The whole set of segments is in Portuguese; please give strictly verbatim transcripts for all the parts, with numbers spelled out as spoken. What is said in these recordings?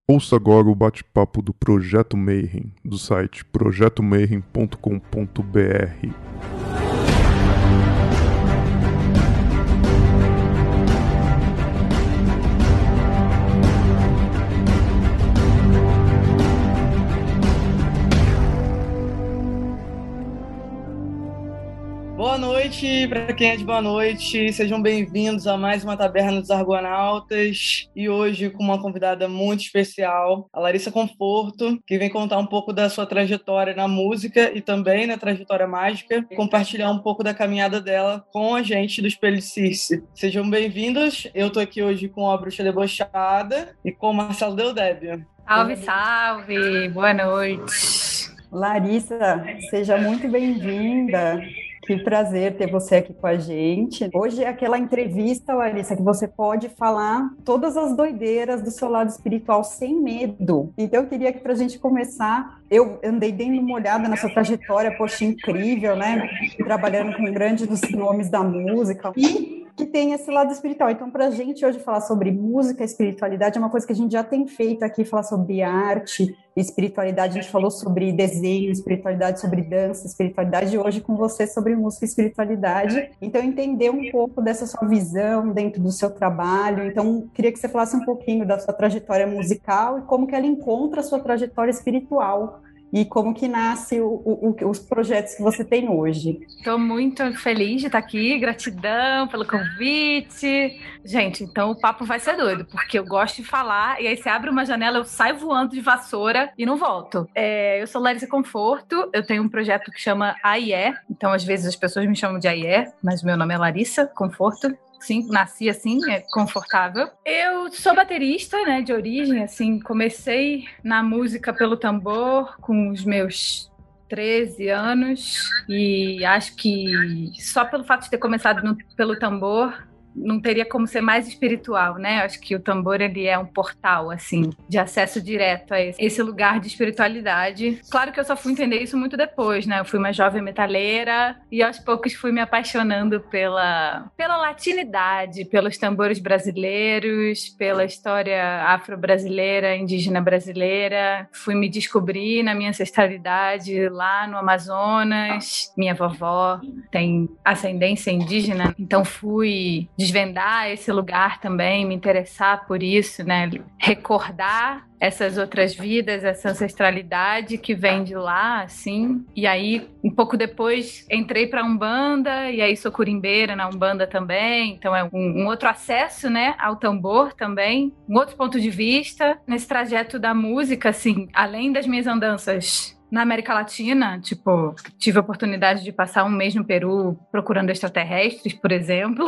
Ouça agora o bate-papo do Projeto Mayhem, do site projeto mayhem ponto com ponto b r. Boa noite para quem é de boa noite, sejam bem-vindos a mais uma Taberna dos Argonautas e hoje com uma convidada muito especial, a Larissa Conforto, que vem contar um pouco da sua trajetória na música e também na trajetória mágica e compartilhar um pouco da caminhada dela com a gente do Espelho Circe. Sejam bem-vindos, eu estou aqui hoje com a Bruxa Debochada e com o Marcelo Deldébio. Salve, salve, boa noite. Larissa, seja muito bem-vinda. Que prazer ter você aqui com a gente. Hoje é aquela entrevista, Larissa, que você pode falar todas as doideiras do seu lado espiritual sem medo. Então eu queria que, para a gente começar, eu andei dando uma olhada na sua trajetória, poxa, incrível, né? Trabalhando com grandes nomes da música. E que tem esse lado espiritual. Então, para a gente hoje falar sobre música e espiritualidade é uma coisa que a gente já tem feito aqui, falar sobre arte e espiritualidade. A gente falou sobre desenho, espiritualidade, sobre dança, espiritualidade, e hoje com você sobre música e espiritualidade. Então, entender um pouco dessa sua visão dentro do seu trabalho. Então, queria que você falasse um pouquinho da sua trajetória musical e como que ela encontra a sua trajetória espiritual. E como que nasce o, o, os projetos que você tem hoje. Estou muito feliz de estar aqui, gratidão pelo convite. Gente, então o papo vai ser doido, porque eu gosto de falar, e aí você abre uma janela, eu saio voando de vassoura e não volto. É, eu sou Larissa Conforto, eu tenho um projeto que chama Aie, então às vezes as pessoas me chamam de Aie, mas meu nome é Larissa Conforto. Sim, nasci assim, é confortável. Eu sou baterista, né, de origem, assim, comecei na música pelo tambor com os meus treze anos e acho que só pelo fato de ter começado no, pelo tambor não teria como ser mais espiritual, né? Acho que o tambor, ele é um portal, assim, de acesso direto a esse lugar de espiritualidade. Claro que eu só fui entender isso muito depois, né? Eu fui uma jovem metaleira e aos poucos fui me apaixonando pela, pela latinidade, pelos tambores brasileiros, pela história afro-brasileira, indígena brasileira. Fui me descobrir na minha ancestralidade lá no Amazonas. Minha vovó tem ascendência indígena, então fui desvendar esse lugar também, me interessar por isso, né? Recordar essas outras vidas, essa ancestralidade que vem de lá, assim. E aí, um pouco depois, entrei para Umbanda, e aí sou curimbeira na Umbanda também. Então é um, um outro acesso, né, ao tambor também, um outro ponto de vista. Nesse trajeto da música, assim, além das minhas andanças na América Latina, tipo, tive a oportunidade de passar um mês no Peru procurando extraterrestres, por exemplo,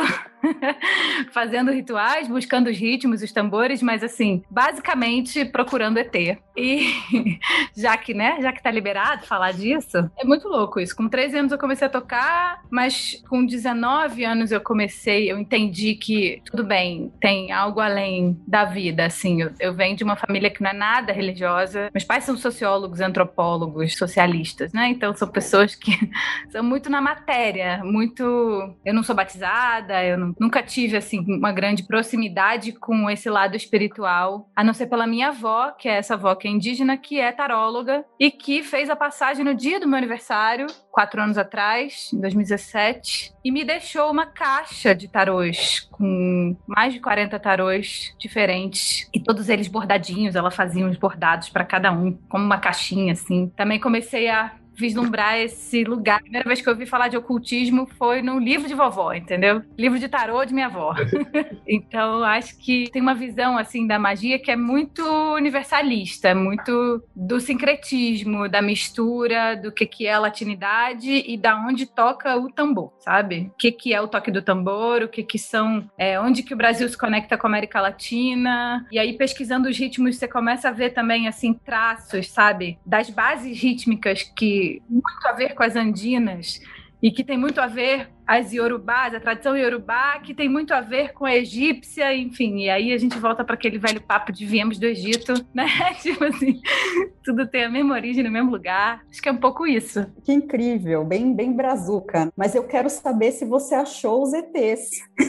fazendo rituais, buscando os ritmos, os tambores, mas assim, basicamente procurando E T. E já que, né, já que tá liberado falar disso, é muito louco isso. Com treze anos eu comecei a tocar, mas com dezenove anos eu comecei, eu entendi que, tudo bem, tem algo além da vida, assim. Eu, eu venho de uma família que não é nada religiosa. Meus pais são sociólogos, antropólogos, socialistas, né? Então são pessoas que são muito na matéria, muito... Eu não sou batizada, eu não... nunca tive, assim, uma grande proximidade com esse lado espiritual, a não ser pela minha avó, que é essa avó que é indígena, que é taróloga e que fez a passagem no dia do meu aniversário, quatro anos atrás, em dois mil e dezessete, e me deixou uma caixa de tarôs com mais de quarenta tarôs diferentes e todos eles bordadinhos. Ela fazia uns bordados para cada um, como uma caixinha, assim. Também comecei a vislumbrar esse lugar. A primeira vez que eu ouvi falar de ocultismo foi no livro de vovó, entendeu? Livro de tarô de minha avó. Então, acho que tem uma visão, assim, da magia que é muito universalista, muito do sincretismo, da mistura, do que que é a latinidade e da onde toca o tambor, sabe? O que que é o toque do tambor, o que que são... É, onde que o Brasil se conecta com a América Latina. E aí, pesquisando os ritmos, você começa a ver também, assim, traços, sabe? Das bases rítmicas que muito a ver com as andinas e que tem muito a ver as iorubás, a tradição iorubá, que tem muito a ver com a egípcia, enfim. E aí a gente volta para aquele velho papo de viemos do Egito, né? Tipo assim, tudo tem a mesma origem no mesmo lugar. Acho que é um pouco isso. Que incrível, bem, bem brazuca. Mas eu quero saber se você achou os E Tês.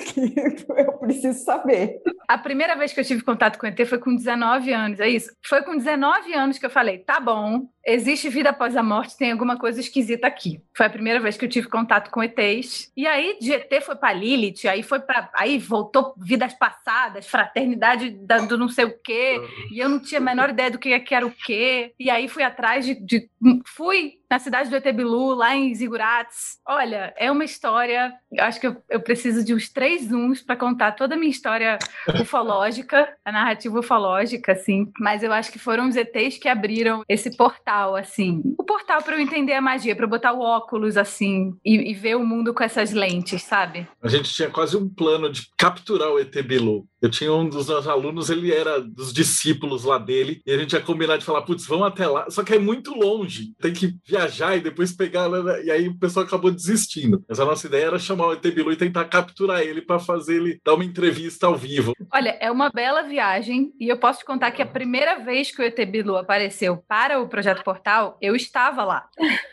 Eu preciso saber. A primeira vez que eu tive contato com E T foi com dezenove anos, é isso? Foi com dezenove anos que eu falei, tá bom, existe vida após a morte, tem alguma coisa esquisita aqui. Foi a primeira vez que eu tive contato com E Tês. E aí, de E T foi pra Lilith, aí foi para, aí voltou vidas passadas, fraternidade da, do não sei o quê, e eu não tinha a menor ideia do que, que era o quê. E aí fui atrás de... de fui na cidade do E T Bilu, lá em Zigurates. Olha, é uma história... Eu acho que eu, eu preciso de uns três zooms para contar toda a minha história ufológica, a narrativa ufológica, assim. Mas eu acho que foram os E Tês que abriram esse portal, assim. O portal para eu entender a magia, para eu botar o óculos, assim, e, e ver o mundo com essas lentes, sabe? A gente tinha quase um plano de capturar o E T Bilu. Eu tinha um dos meus alunos, ele era dos discípulos lá dele, e a gente ia combinar de falar, putz, vamos até lá, só que é muito longe, tem que viajar e depois pegar, e aí o pessoal acabou desistindo. Mas a nossa ideia era chamar o E T Bilu e tentar capturar ele para fazer ele dar uma entrevista ao vivo. Olha, é uma bela viagem, e eu posso te contar que a primeira vez que o E T Bilu apareceu para o Projeto Portal, eu estava lá.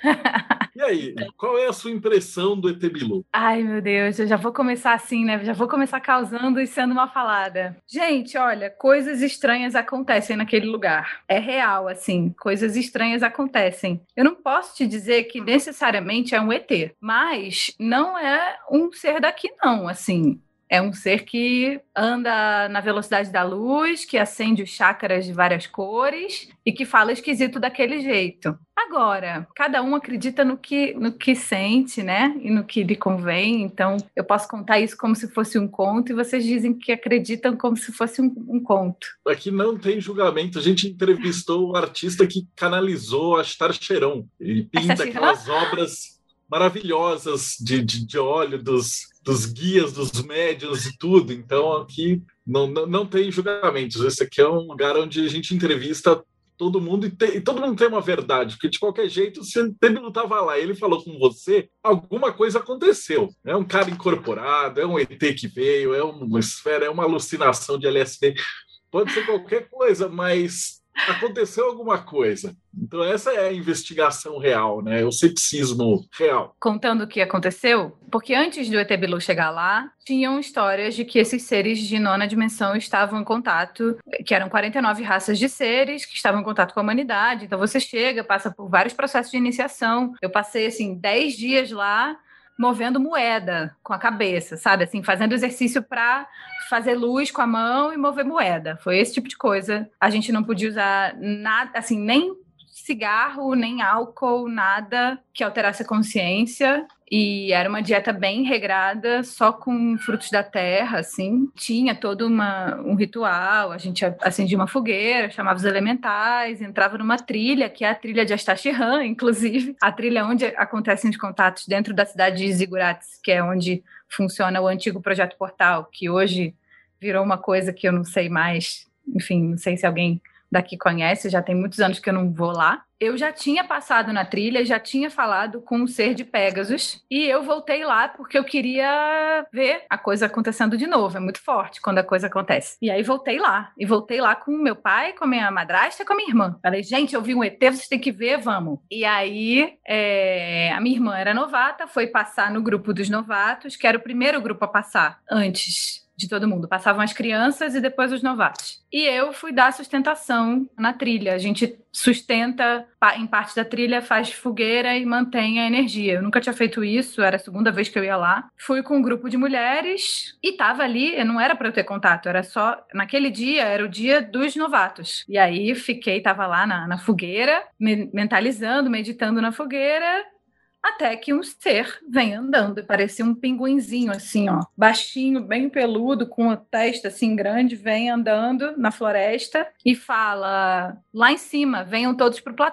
E aí, qual é a sua impressão do E T Bilu? Ai, meu Deus, eu já vou começar assim, né? Já vou começar causando e sendo uma falada. Gente, olha, coisas estranhas acontecem naquele lugar. É real, assim, coisas estranhas acontecem. Eu não posso te dizer que necessariamente é um E T, mas não é um ser daqui, não, assim. É um ser que anda na velocidade da luz, que acende os chakras de várias cores e que fala esquisito daquele jeito. Agora, cada um acredita no que, no que sente, né? E no que lhe convém. Então, eu posso contar isso como se fosse um conto e vocês dizem que acreditam como se fosse um, um conto. Aqui não tem julgamento. A gente entrevistou o artista que canalizou a Ashtar Sheron. Ele pinta aquelas obras maravilhosas de, de, de óleo dos, dos guias, dos médiuns e tudo. Então, aqui não, não, não tem julgamentos. Esse aqui é um lugar onde a gente entrevista todo mundo e, te, e todo mundo tem uma verdade, porque de qualquer jeito, se o Tebilo estava lá, ele falou com você, alguma coisa aconteceu. É um cara incorporado, é um E T que veio, é uma esfera, é uma alucinação de L S D. Pode ser qualquer coisa, mas aconteceu alguma coisa. Então essa é a investigação real, né? O ceticismo real. Contando o que aconteceu, porque antes do E T Bilu chegar lá, tinham histórias de que esses seres de nona dimensão estavam em contato, que eram quarenta e nove raças de seres que estavam em contato com a humanidade. Então você chega, passa por vários processos de iniciação. Eu passei, assim, dez dias lá, movendo moeda com a cabeça, sabe? Assim, fazendo exercício para fazer luz com a mão e mover moeda. Foi esse tipo de coisa. A gente não podia usar nada, assim, nem cigarro, nem álcool, nada que alterasse a consciência. E era uma dieta bem regrada, só com frutos da terra, assim. Tinha todo uma, um ritual, a gente acendia uma fogueira, chamava os elementais, entrava numa trilha, que é a trilha de Astaxerran, inclusive. A trilha onde acontecem os contatos dentro da cidade de Zigurates, que é onde funciona o antigo Projeto Portal, que hoje virou uma coisa que eu não sei mais. Enfim, não sei se alguém daqui conhece, já tem muitos anos que eu não vou lá. Eu já tinha passado na trilha, já tinha falado com o ser de Pégasus, e eu voltei lá porque eu queria ver a coisa acontecendo de novo. É muito forte quando a coisa acontece. E aí voltei lá. E voltei lá com o meu pai, com a minha madrasta e com a minha irmã. Falei, gente, eu vi um E T, vocês têm que ver, vamos. E aí, é... a minha irmã era novata, foi passar no grupo dos novatos, que era o primeiro grupo a passar antes de todo mundo. Passavam as crianças e depois os novatos. E eu fui dar sustentação na trilha. A gente sustenta, em parte da trilha, faz fogueira e mantém a energia. Eu nunca tinha feito isso, era a segunda vez que eu ia lá. Fui com um grupo de mulheres e tava ali, não era para eu ter contato, era só... Naquele dia, era o dia dos novatos. E aí, fiquei, tava lá na, na fogueira, me, mentalizando, meditando na fogueira, até que um ser vem andando, parecia um pinguinzinho, assim, ó, baixinho, bem peludo, com a testa, assim, grande, vem andando na floresta e fala, lá em cima, venham todos pro platô.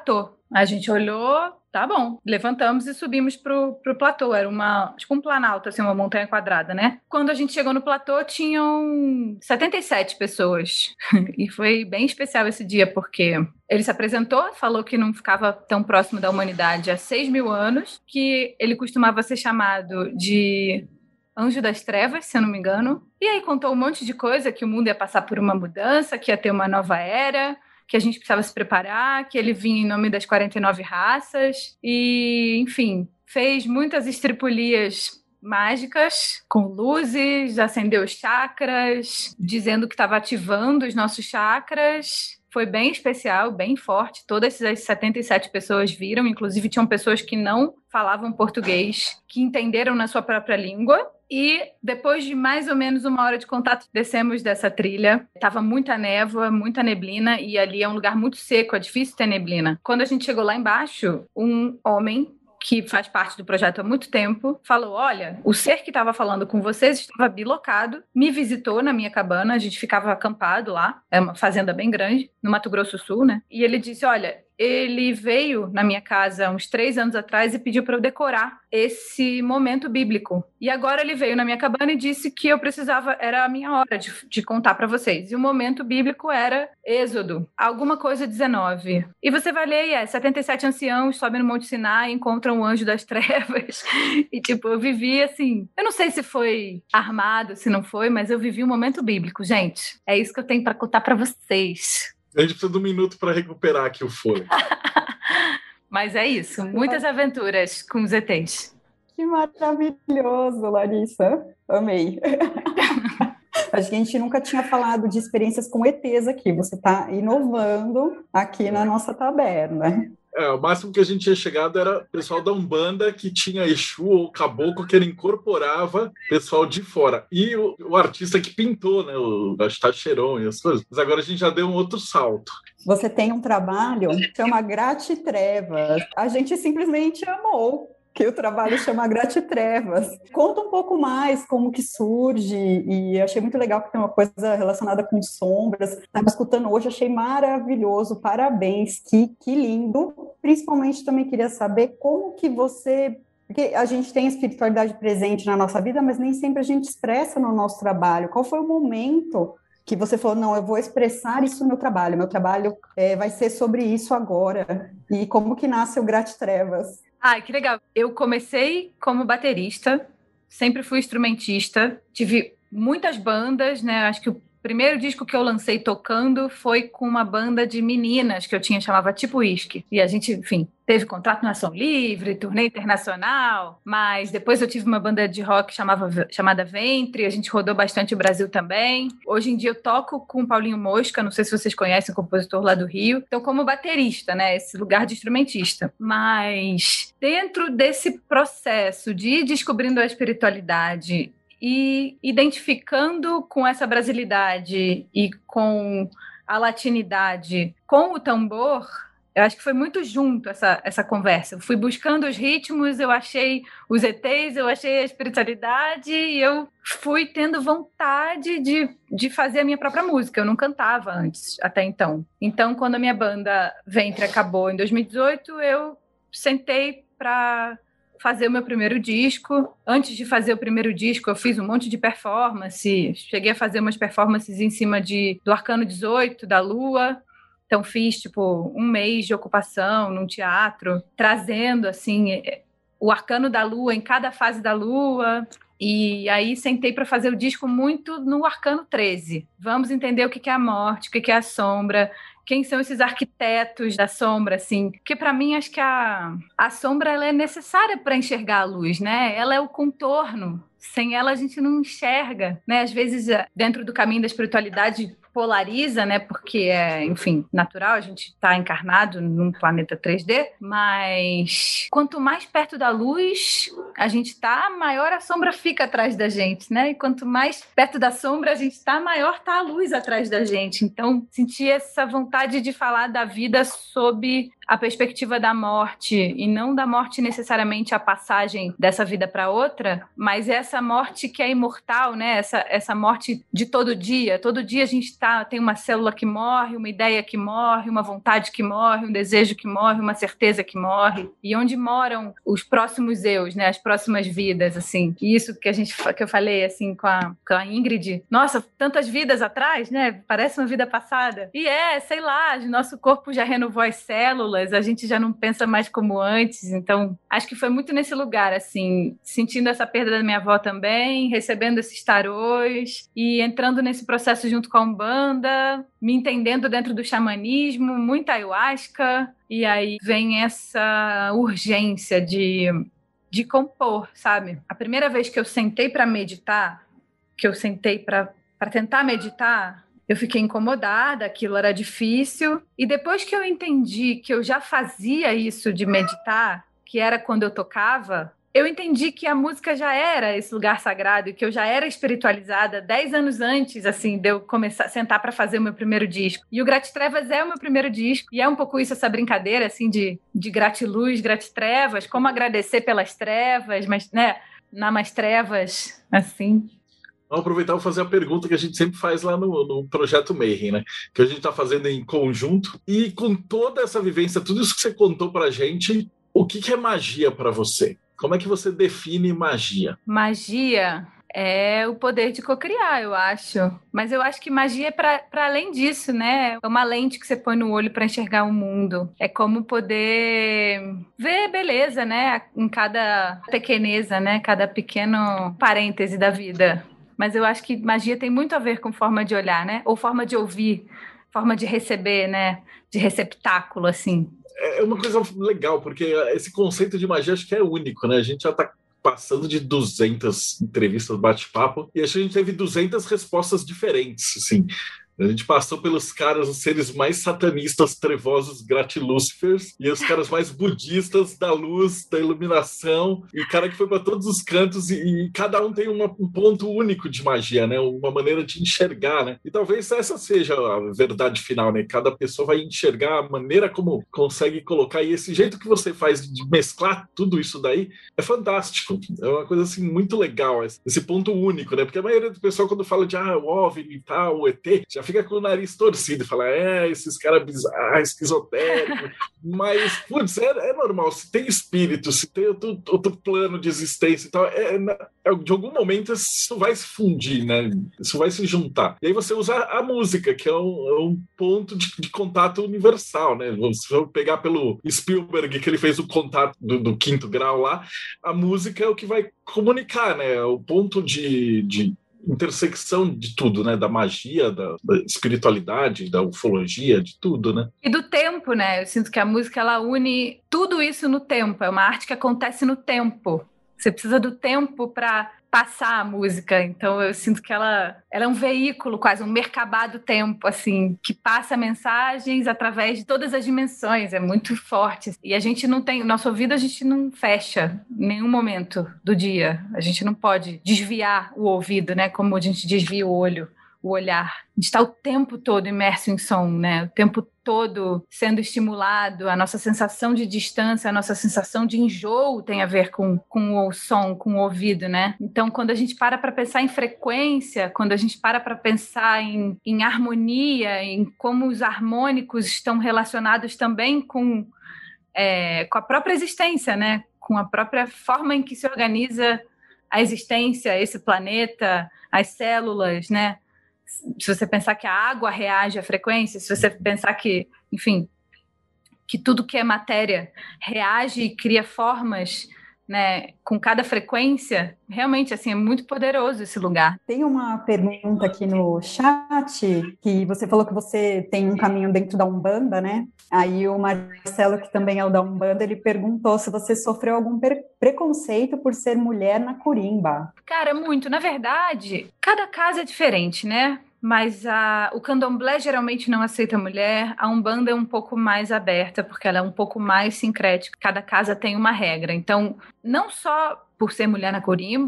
A gente olhou, tá bom. Levantamos e subimos pro, pro platô. Era uma, tipo um planalto, assim, uma montanha quadrada, né? Quando a gente chegou no platô, tinham setenta e sete pessoas. E foi bem especial esse dia, porque ele se apresentou, falou que não ficava tão próximo da humanidade há seis mil anos, que ele costumava ser chamado de Anjo das Trevas, se eu não me engano. E aí contou um monte de coisa, que o mundo ia passar por uma mudança, que ia ter uma nova era, que a gente precisava se preparar, que ele vinha em nome das quarenta e nove raças. E, enfim, fez muitas estripulias mágicas, com luzes, acendeu os chakras, dizendo que estava ativando os nossos chakras. Foi bem especial, bem forte. Todas as setenta e sete pessoas viram, inclusive tinham pessoas que não falavam português, que entenderam na sua própria língua. E depois de mais ou menos uma hora de contato, descemos dessa trilha. Tava muita névoa, muita neblina, e ali é um lugar muito seco, é difícil ter neblina. Quando a gente chegou lá embaixo, um homem que faz parte do projeto há muito tempo, falou, olha, o ser que estava falando com vocês estava bilocado, me visitou na minha cabana, a gente ficava acampado lá, é uma fazenda bem grande, no Mato Grosso do Sul, né? E ele disse, olha, ele veio na minha casa uns três anos atrás e pediu para eu decorar esse momento bíblico. E agora ele veio na minha cabana e disse que eu precisava, era a minha hora de, de contar para vocês. E o momento bíblico era Êxodo, alguma coisa dezenove. E você vai ler, e é, setenta e sete anciãos sobem no Monte Sinai e encontram o anjo das trevas. E tipo, eu vivi assim, eu não sei se foi armado, se não foi, mas eu vivi um momento bíblico, gente. É isso que eu tenho para contar para vocês. A gente precisa de um minuto para recuperar aqui o fôlego. Mas é isso, muitas aventuras com os E Tês. Que maravilhoso, Larissa. Amei. Acho que a gente nunca tinha falado de experiências com E Tês aqui. Você está inovando aqui na nossa taberna. É, o máximo que a gente tinha chegado era o pessoal da Umbanda, que tinha Exu ou Caboclo, que ele incorporava pessoal de fora. E o, o artista que pintou, né, o Astacheron e as coisas. Mas agora a gente já deu um outro salto. Você tem um trabalho que chama Gratitrevas. A gente simplesmente amou que o trabalho chama Gratitrevas. Conta um pouco mais como que surge, e achei muito legal que tem uma coisa relacionada com sombras. Estava escutando hoje, achei maravilhoso, parabéns, que, que lindo. Principalmente também queria saber como que você... Porque a gente tem a espiritualidade presente na nossa vida, mas nem sempre a gente expressa no nosso trabalho. Qual foi o momento que você falou, não, eu vou expressar isso no meu trabalho, meu trabalho é, vai ser sobre isso agora? E como que nasce o Gratitrevas? Ai, que legal. Eu comecei como baterista, sempre fui instrumentista, tive muitas bandas, né? Acho que o primeiro disco que eu lancei tocando foi com uma banda de meninas que eu tinha, chamava Tipo Whisky. E a gente, enfim, teve contrato na Ação Livre, turnê internacional, mas depois eu tive uma banda de rock chamava, chamada Ventre, a gente rodou bastante o Brasil também. Hoje em dia eu toco com o Paulinho Mosca, não sei se vocês conhecem, o compositor lá do Rio. Então, como baterista, né, esse lugar de instrumentista. Mas dentro desse processo de ir descobrindo a espiritualidade e identificando com essa brasilidade e com a latinidade, com o tambor, eu acho que foi muito junto essa, essa conversa. Eu fui buscando os ritmos, eu achei os E Tês, eu achei a espiritualidade e eu fui tendo vontade de, de fazer a minha própria música. Eu não cantava antes, até então. Então, quando a minha banda Ventre acabou em dois mil e dezoito, eu sentei para fazer o meu primeiro disco. Antes de fazer o primeiro disco, eu fiz um monte de performance. Cheguei a fazer umas performances em cima de, do Arcano dezoito, da Lua. Então, fiz, tipo, um mês de ocupação num teatro, trazendo, assim, o Arcano da Lua em cada fase da Lua. E aí, sentei para fazer o disco muito no Arcano treze. Vamos entender o que é a morte, o que é a sombra, quem são esses arquitetos da sombra, assim. Porque, para mim, acho que a, a sombra ela é necessária para enxergar a luz, né? Ela é o contorno. Sem ela, a gente não enxerga, né? Às vezes, dentro do caminho da espiritualidade, polariza, né? Porque é, enfim, natural, a gente está encarnado num planeta três D, mas quanto mais perto da luz a gente está, maior a sombra fica atrás da gente, né? E quanto mais perto da sombra a gente está, maior está a luz atrás da gente. Então, senti essa vontade de falar da vida sob a perspectiva da morte, e não da morte necessariamente a passagem dessa vida para outra, mas essa morte que é imortal, né? Essa, essa morte de todo dia. Todo dia a gente tá, tem uma célula que morre, uma ideia que morre, uma vontade que morre, um desejo que morre, uma certeza que morre. E onde moram os próximos eus, né? As próximas vidas, assim. E isso que, a gente, que eu falei, assim, com a, com a Ingrid. Nossa, tantas vidas atrás, né? Parece uma vida passada. E é, sei lá, nosso corpo já renovou as células, a gente já não pensa mais como antes. Então, acho que foi muito nesse lugar, assim, sentindo essa perda da minha avó também, recebendo esses tarôs e entrando nesse processo junto com a Umbanda, me entendendo dentro do xamanismo, muita ayahuasca. E aí vem essa urgência de, de compor, sabe? A primeira vez que eu sentei para meditar, que eu sentei para tentar meditar, eu fiquei incomodada, aquilo era difícil. E depois que eu entendi que eu já fazia isso de meditar, que era quando eu tocava, eu entendi que a música já era esse lugar sagrado e que eu já era espiritualizada dez anos antes, assim, de eu começar a sentar para fazer o meu primeiro disco. E o Gratitrevas é o meu primeiro disco. E é um pouco isso, essa brincadeira, assim, de, de gratiluz, gratitrevas, como agradecer pelas trevas, mas, né, na mais trevas, assim. Vamos aproveitar e fazer a pergunta que a gente sempre faz lá no, no Projeto Mayhem, né? Que a gente está fazendo em conjunto. E com toda essa vivência, tudo isso que você contou pra gente, o que, que é magia para você? Como é que você define magia? Magia é o poder de cocriar, eu acho. Mas eu acho que magia é para além disso, né? É uma lente que você põe no olho para enxergar o mundo. É como poder ver beleza, né? Em cada pequeneza, né? Cada pequeno parêntese da vida. Mas eu acho que magia tem muito a ver com forma de olhar, né? Ou forma de ouvir, forma de receber, né? De receptáculo, assim. É uma coisa legal, porque esse conceito de magia acho que é único, né? A gente já tá passando de duzentas entrevistas, bate-papo, e acho que a gente teve duzentas respostas diferentes, assim. A gente passou pelos caras, os seres mais satanistas, trevosos, gratilúcifers, e os caras mais budistas da luz, da iluminação, e cara que foi para todos os cantos, e, e cada um tem uma, um ponto único de magia, né? Uma maneira de enxergar, né? E talvez essa seja a verdade final, né? Cada pessoa vai enxergar a maneira como consegue colocar, e esse jeito que você faz de mesclar tudo isso daí é fantástico. É uma coisa, assim, muito legal, esse ponto único, né? Porque a maioria do pessoal, quando fala de ah, o OVNI e tal, o E T, já fica com o nariz torcido e fala, é, esses caras bizarros, esquizotéricos. Mas, putz, é, é normal. Se tem espírito, se tem outro, outro plano de existência e tal, é, é, de algum momento isso vai se fundir, né? Isso vai se juntar. E aí você usa a música, que é um, é um ponto de, de contato universal, né? Se for pegar pelo Spielberg, que ele fez o contato do, do quinto grau lá, a música é o que vai comunicar, né? O ponto de... de intersecção de tudo, né? Da magia, da, da espiritualidade, da ufologia, de tudo, né? E do tempo, né? Eu sinto que a música, ela une tudo isso no tempo. É uma arte que acontece no tempo. Você precisa do tempo para passar a música. Então eu sinto que ela, ela é um veículo, quase um Merkabah do tempo, assim, que passa mensagens através de todas as dimensões. É muito forte. E a gente não tem, nosso ouvido a gente não fecha em nenhum momento do dia. A gente não pode desviar o ouvido, né? Como a gente desvia o olho, o olhar. A gente está o tempo todo imerso em som, né? O tempo todo sendo estimulado. A nossa sensação de distância, a nossa sensação de enjoo tem a ver com, com o som, com o ouvido, né? Então, quando a gente para para pensar em frequência, quando a gente para para pensar em, em harmonia, em como os harmônicos estão relacionados também com, é, com a própria existência, né? Com a própria forma em que se organiza a existência, esse planeta, as células, né? Se você pensar que a água reage à frequência, se você pensar que, enfim, que tudo que é matéria reage e cria formas, né, com cada frequência, realmente, assim, é muito poderoso esse lugar. Tem uma pergunta aqui no chat, que você falou que você tem um caminho dentro da Umbanda, né? Aí o Marcelo, que também é o da Umbanda, ele perguntou se você sofreu algum pre- preconceito por ser mulher na Corimba. Cara, muito. Na verdade, cada casa é diferente, né? Mas a, o candomblé geralmente não aceita mulher, a Umbanda é um pouco mais aberta, porque ela é um pouco mais sincrética, cada casa tem uma regra. Então, não só por ser mulher na Corimba,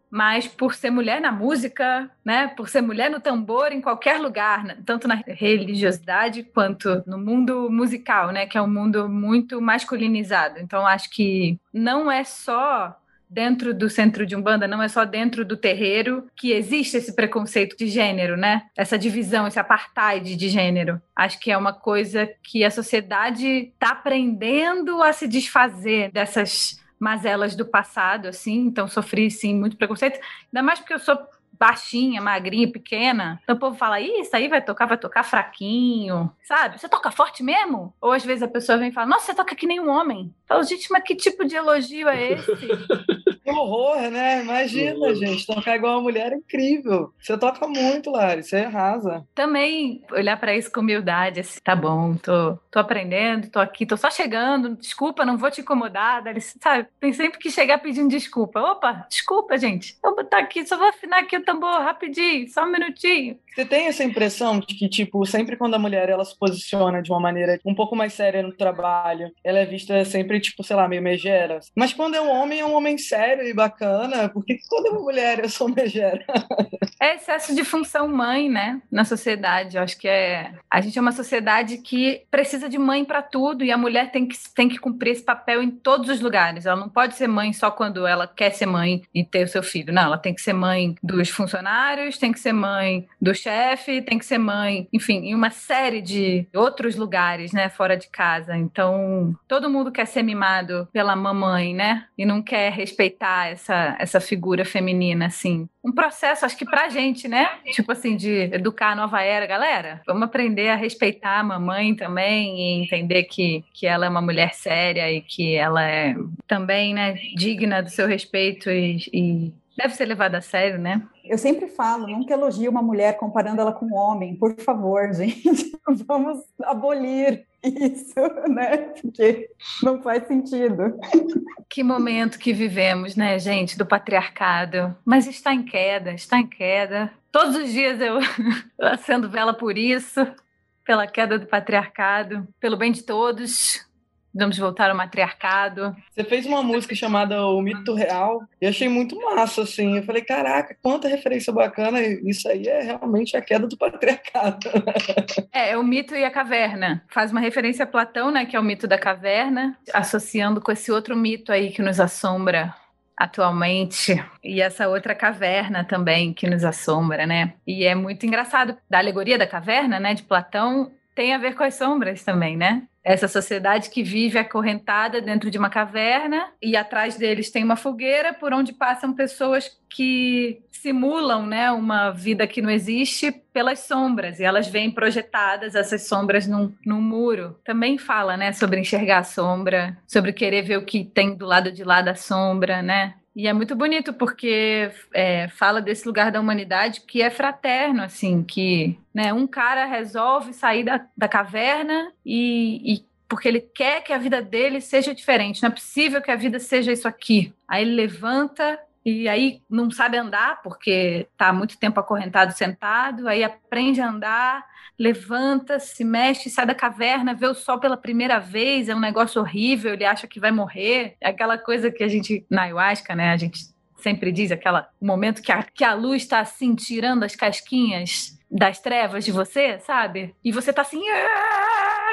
mas por ser mulher na música, né, por ser mulher no tambor em qualquer lugar, né, tanto na religiosidade quanto no mundo musical, né, que é um mundo muito masculinizado. Então acho que não é só dentro do centro de Umbanda, não é só dentro do terreiro que existe esse preconceito de gênero, né? Essa divisão, esse apartheid de gênero. Acho que é uma coisa que a sociedade está aprendendo a se desfazer dessas mazelas do passado, assim. Então sofri, sim, muito preconceito. Ainda mais porque eu sou baixinha, magrinha, pequena. Então o povo fala, ih, isso aí vai tocar, vai tocar fraquinho, sabe? Você toca forte mesmo? Ou às vezes a pessoa vem e fala, nossa, você toca que nem um homem. Fala, gente, mas que tipo de elogio é esse? Que horror, né? Imagina, gente, tocar igual uma mulher é incrível. Você toca muito, Lari, você arrasa. Também olhar pra isso com humildade, assim, tá bom, tô, tô aprendendo, tô aqui, tô só chegando, desculpa, não vou te incomodar, sabe? Tem sempre que chegar pedindo desculpa. Opa, desculpa, gente, eu vou botar aqui, só vou afinar aqui o tambor rapidinho, só um minutinho. Você tem essa impressão de que, tipo, sempre quando a mulher ela se posiciona de uma maneira um pouco mais séria no trabalho, ela é vista sempre, tipo, sei lá, meio megera. Mas quando é um homem, é um homem sério e bacana. Por que que quando é uma mulher eu sou megera? É excesso de função mãe, né, na sociedade. Eu acho que é... A gente é uma sociedade que precisa de mãe para tudo e a mulher tem que, tem que cumprir esse papel em todos os lugares. Ela não pode ser mãe só quando ela quer ser mãe e ter o seu filho. Não, ela tem que ser mãe dos funcionários, tem que ser mãe do chefe, tem que ser mãe, enfim, em uma série de outros lugares, né, fora de casa. Então, todo mundo quer ser mimado pela mamãe, né, e não quer respeitar essa, essa figura feminina, assim. Um processo, acho que pra gente, né, tipo assim, de educar a nova era, galera, vamos aprender a respeitar a mamãe também e entender que, que ela é uma mulher séria e que ela é também, né, digna do seu respeito e, e deve ser levada a sério, né? Eu sempre falo, nunca elogio uma mulher comparando ela com um homem. Por favor, gente, vamos abolir isso, né? Porque não faz sentido. Que momento que vivemos, né, gente, do patriarcado. Mas está em queda, está em queda. Todos os dias eu acendo vela por isso, pela queda do patriarcado, pelo bem de todos. Vamos voltar ao matriarcado. Você fez uma música chamada O Mito Real e achei muito massa, assim. Eu falei, caraca, quanta referência bacana. Isso aí é realmente a queda do patriarcado. É, é o mito e a caverna. Faz uma referência a Platão, né, que é o mito da caverna, associando com esse outro mito aí que nos assombra atualmente, e essa outra caverna também que nos assombra, né? E é muito engraçado, da alegoria da caverna, né, de Platão, tem a ver com as sombras também, né? Essa sociedade que vive acorrentada dentro de uma caverna e atrás deles tem uma fogueira por onde passam pessoas que simulam, né, uma vida que não existe pelas sombras e elas vêm projetadas, essas sombras num, num muro. Também fala, né, sobre enxergar a sombra, sobre querer ver o que tem do lado de lá da sombra, né? E é muito bonito porque é, fala desse lugar da humanidade que é fraterno, assim, que, né, um cara resolve sair da, da caverna e, e porque ele quer que a vida dele seja diferente. Não é possível que a vida seja isso aqui. Aí ele levanta e aí não sabe andar porque está há muito tempo acorrentado, sentado. Aí aprende a andar, levanta, se mexe, sai da caverna, vê o sol pela primeira vez, é um negócio horrível, ele acha que vai morrer. É aquela coisa que a gente, na ayahuasca, né, a gente sempre diz, aquela um momento que a, que a luz está assim, tirando as casquinhas das trevas de você, sabe? E você tá assim, ah,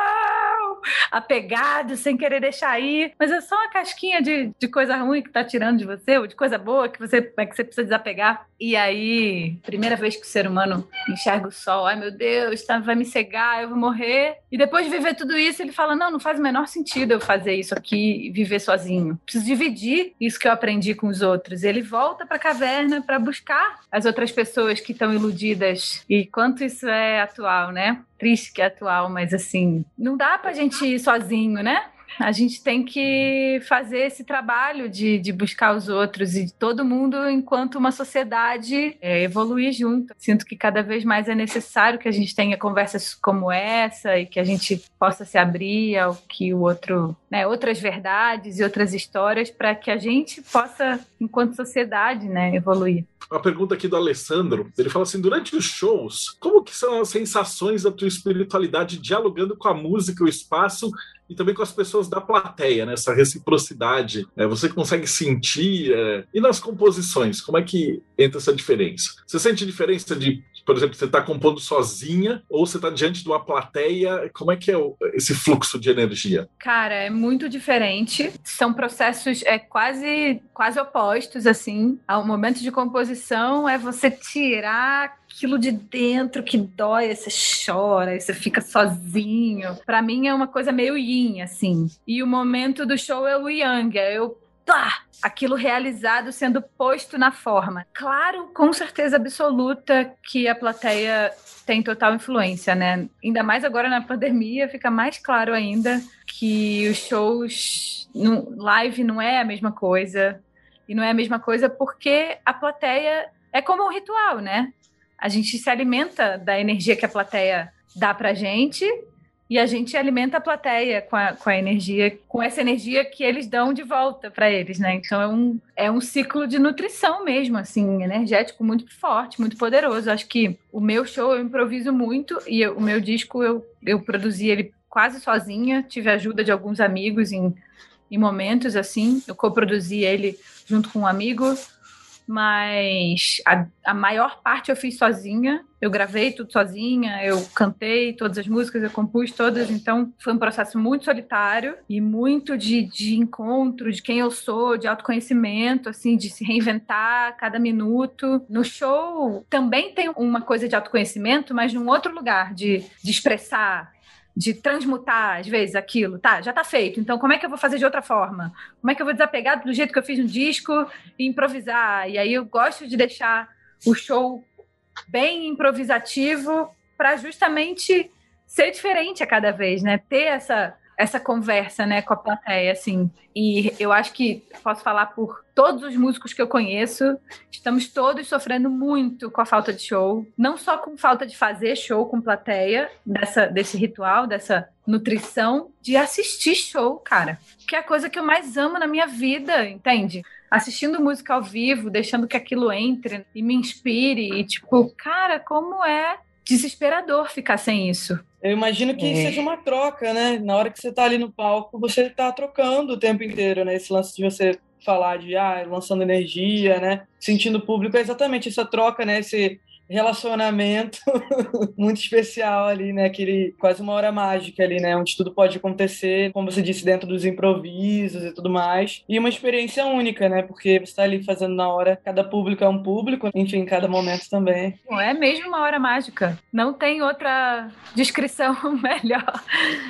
não! Apegado, sem querer deixar ir, mas é só uma casquinha de, de coisa ruim que tá tirando de você, ou de coisa boa que você, que você precisa desapegar. E aí, primeira vez que o ser humano enxerga o sol, ai meu Deus, tá, vai me cegar, eu vou morrer. E depois de viver tudo isso, ele fala, não, não faz o menor sentido eu fazer isso aqui e viver sozinho. Preciso dividir isso que eu aprendi com os outros. E ele volta pra caverna pra buscar as outras pessoas que estão iludidas. E quanto isso é atual, né? Triste que é atual, mas assim, não dá pra gente ir sozinho, né? A gente tem que fazer esse trabalho de, de buscar os outros e todo mundo, enquanto uma sociedade, é, evoluir junto. Sinto que cada vez mais é necessário que a gente tenha conversas como essa e que a gente possa se abrir ao que o outro, né, outras verdades e outras histórias para que a gente possa, enquanto sociedade, né, evoluir. Uma pergunta aqui do Alessandro, ele fala assim, durante os shows, como que são as sensações da tua espiritualidade dialogando com a música, o espaço e também com as pessoas pessoas da plateia, né? Essa reciprocidade, é, você consegue sentir, é, e nas composições, como é que entra essa diferença? Você sente diferença de, por exemplo, você está compondo sozinha ou você está diante de uma plateia? Como é que é o, esse fluxo de energia? Cara, é muito diferente. São processos é, quase, quase opostos, assim. O momento de composição é você tirar aquilo de dentro que dói, aí você chora, aí você fica sozinho. Pra mim é uma coisa meio yin, assim. E o momento do show é o yang, é eu Tá, aquilo realizado sendo posto na forma. Claro, com certeza absoluta que a plateia tem total influência, né? Ainda mais agora na pandemia, fica mais claro ainda que os shows no live não é a mesma coisa. E não é a mesma coisa porque a plateia é como um ritual, né? A gente se alimenta da energia que a plateia dá pra gente e a gente alimenta a plateia com a, com a energia, com essa energia que eles dão de volta para eles, né? Então é um, é um ciclo de nutrição mesmo, assim, energético muito forte, muito poderoso. Acho que o meu show eu improviso muito e eu, o meu disco eu, eu produzi ele quase sozinha, tive a ajuda de alguns amigos em, em momentos assim, eu coproduzi ele junto com um amigo, mas a, a maior parte eu fiz sozinha, eu gravei tudo sozinha, eu cantei todas as músicas, eu compus todas, então foi um processo muito solitário e muito de, de encontro, de quem eu sou, de autoconhecimento, assim, de se reinventar a cada minuto. No show também tem uma coisa de autoconhecimento, mas num outro lugar, de, de expressar, de transmutar, às vezes, aquilo. Tá, já tá feito, então como é que eu vou fazer de outra forma? Como é que eu vou desapegar do jeito que eu fiz no disco e improvisar? E aí eu gosto de deixar o show bem improvisativo para justamente ser diferente a cada vez, né? Ter essa, essa conversa, né, com a plateia, assim. E eu acho que posso falar por todos os músicos que eu conheço, estamos todos sofrendo muito com a falta de show, não só com falta de fazer show com plateia, dessa, desse ritual, dessa nutrição, de assistir show, cara, que é a coisa que eu mais amo na minha vida, entende? Assistindo música ao vivo, deixando que aquilo entre e me inspire, e tipo, cara, como é desesperador ficar sem isso. Eu imagino que é. seja uma troca, né? Na hora que você tá ali no palco, você tá trocando o tempo inteiro, né? Esse lance de você falar de, ah, lançando energia, né? Sentindo o público, é exatamente essa troca, né? Esse relacionamento muito especial ali, né? Aquele, quase uma hora mágica ali, né? Onde tudo pode acontecer, como você disse, dentro dos improvisos e tudo mais. E uma experiência única, né? Porque você tá ali fazendo na hora, cada público é um público, enfim, cada momento também. Não é mesmo uma hora mágica. Não tem outra descrição melhor.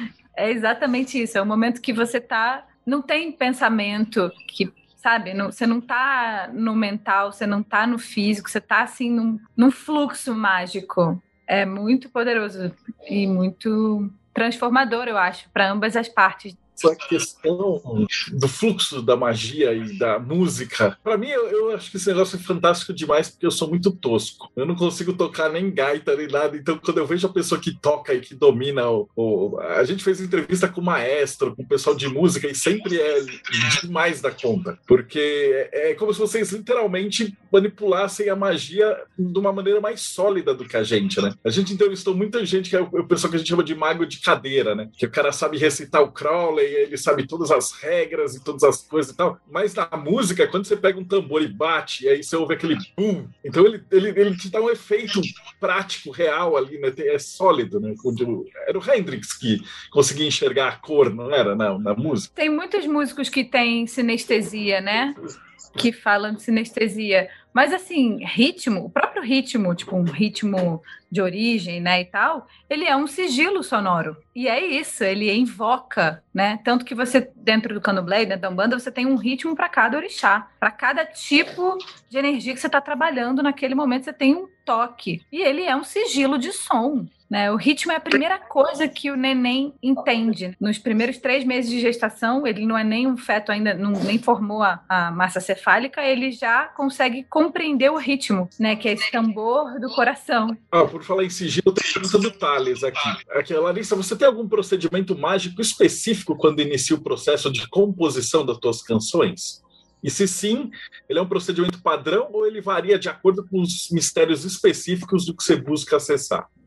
É exatamente isso. É o momento que você tá... Não tem pensamento que... Sabe, não, você não tá no mental, você não tá no físico, você tá assim num, num fluxo mágico. É muito poderoso e muito transformador, eu acho, para ambas as partes. Essa questão do fluxo da magia e da música, para mim, eu, eu acho que esse negócio é fantástico demais, porque eu sou muito tosco. Eu não consigo tocar nem gaita nem nada, então quando eu vejo a pessoa que toca e que domina o, o... A gente fez entrevista com o maestro, com o pessoal de música, e sempre é demais da conta, porque é, é como se vocês literalmente manipulassem a magia de uma maneira mais sólida do que a gente, né? A gente entrevistou muita gente, que é o, o pessoal que a gente chama de mago de cadeira, né? Que o cara sabe recitar o Crowley, ele sabe todas as regras e todas as coisas e tal, mas na música, quando você pega um tambor e bate, e aí você ouve aquele boom, então ele, ele, ele te dá um efeito prático, real ali, né? É sólido, né? Era o Hendrix que conseguia enxergar a cor, não era, na, na música? Tem muitos músicos que têm sinestesia, né? Que falam de sinestesia. Mas, assim, ritmo, o próprio ritmo, tipo um ritmo de origem, né, e tal, ele é um sigilo sonoro. E é isso, ele invoca, né? Tanto que você, dentro do candomblé, dentro da Umbanda, você tem um ritmo para cada orixá. Para cada tipo de energia que você está trabalhando naquele momento, você tem um toque. E ele é um sigilo de som. Né? O ritmo é a primeira coisa que o neném entende. Nos primeiros três meses de gestação, ele não é nem um feto ainda, não, nem formou a, a massa cefálica, ele já consegue compreender o ritmo, né? Que é esse tambor do coração. Ah, por falar em sigilo, eu tenho a pergunta do Thales aqui. aqui. Larissa, você tem algum procedimento mágico específico quando inicia o processo de composição das tuas canções? E se sim, ele é um procedimento padrão ou ele varia de acordo com os mistérios específicos do que você busca acessar?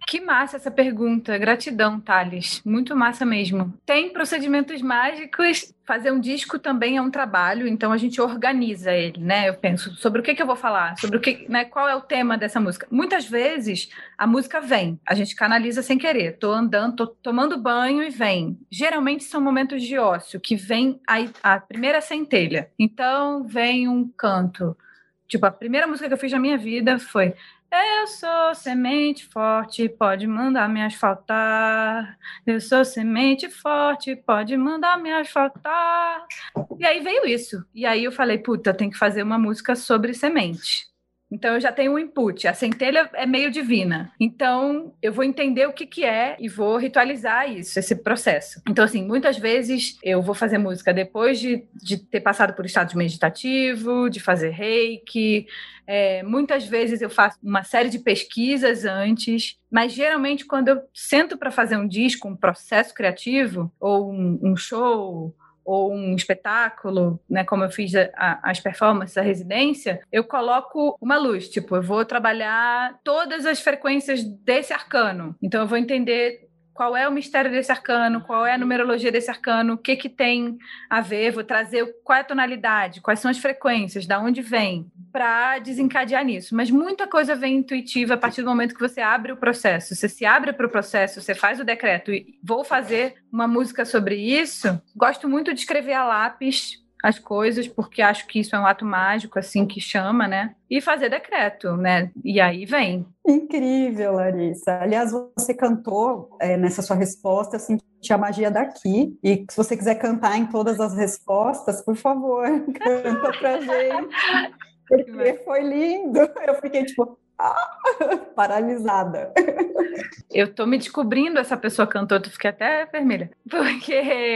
Que massa essa pergunta. Gratidão, Thales. Muito massa mesmo. Tem procedimentos mágicos. Fazer um disco também é um trabalho, então a gente organiza ele, né? Eu penso sobre o que, que eu vou falar, sobre o que, né? Qual é o tema dessa música. Muitas vezes a música vem, a gente canaliza sem querer. Tô andando, tô tomando banho e vem. Geralmente são momentos de ócio, que vem a, a primeira centelha. Então vem um canto. Tipo, a primeira música que eu fiz na minha vida foi... Eu sou semente forte, pode mandar me asfaltar. Eu sou semente forte, pode mandar me asfaltar. E aí veio isso. E aí eu falei, puta, tem que fazer uma música sobre semente. Então eu já tenho um input. A centelha é meio divina. Então eu vou entender o que que é e vou ritualizar isso, esse processo. Então assim, muitas vezes eu vou fazer música depois de, de ter passado por estado meditativo, de fazer reiki. É, muitas vezes eu faço uma série de pesquisas antes, mas geralmente quando eu sento para fazer um disco, um processo criativo, ou um, um show, ou um espetáculo, né, como eu fiz a, a, as performances, a residência, eu coloco uma luz, tipo, eu vou trabalhar todas as frequências desse arcano. Então eu vou entender qual é o mistério desse arcano, qual é a numerologia desse arcano, o que que tem a ver, vou trazer qual é a tonalidade, quais são as frequências, da onde vem, para desencadear nisso. Mas muita coisa vem intuitiva a partir do momento que você abre o processo. Você se abre para o processo, você faz o decreto e vou fazer uma música sobre isso. Gosto muito de escrever a lápis as coisas, porque acho que isso é um ato mágico, assim, que chama, né? E fazer decreto, né? E aí vem. Incrível, Larissa. Aliás, você cantou é, nessa sua resposta, eu senti a magia daqui. E se você quiser cantar em todas as respostas, por favor, canta pra gente. Porque foi lindo. Eu fiquei, tipo... Ah, paralisada. Eu tô me descobrindo essa pessoa cantora, tu fiquei até vermelha, porque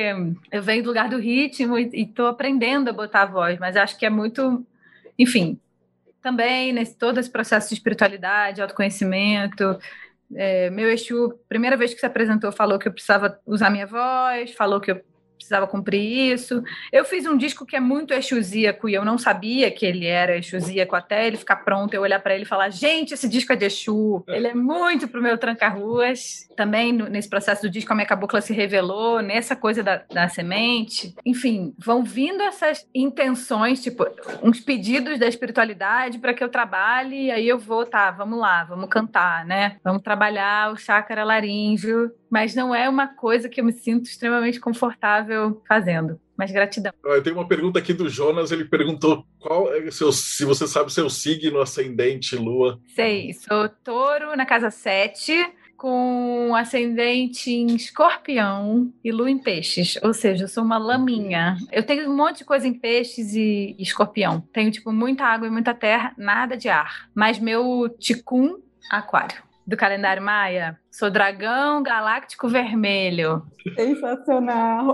eu venho do lugar do ritmo e, e tô aprendendo a botar a voz, mas acho que é muito, enfim, também nesse todo esse processo de espiritualidade, autoconhecimento. É, meu Exu, primeira vez que se apresentou, falou que eu precisava usar minha voz, falou que eu precisava cumprir isso. Eu fiz um disco que é muito exusíaco e eu não sabia que ele era exusíaco até ele ficar pronto, eu olhar para ele e falar, gente, esse disco é de Exu, ele é muito pro meu tranca-ruas. Também no, nesse processo do disco a minha cabocla se revelou, nessa coisa da, da semente. Enfim, vão vindo essas intenções, tipo, uns pedidos da espiritualidade para que eu trabalhe, e aí eu vou, tá, vamos lá, vamos cantar, né? Vamos trabalhar o chakra laríngeo, mas não é uma coisa que eu me sinto extremamente confortável fazendo. Mas gratidão. Tem uma pergunta aqui do Jonas, ele perguntou qual é seu, se você sabe seu signo, ascendente, lua. Sei, sou touro na casa sete, com ascendente em escorpião e lua em peixes, ou seja, eu sou uma laminha. Eu tenho um monte de coisa em peixes e escorpião. Tenho, tipo, muita água e muita terra, nada de ar. Mas meu ticum, aquário. Do calendário maia, sou dragão galáctico vermelho. Sensacional.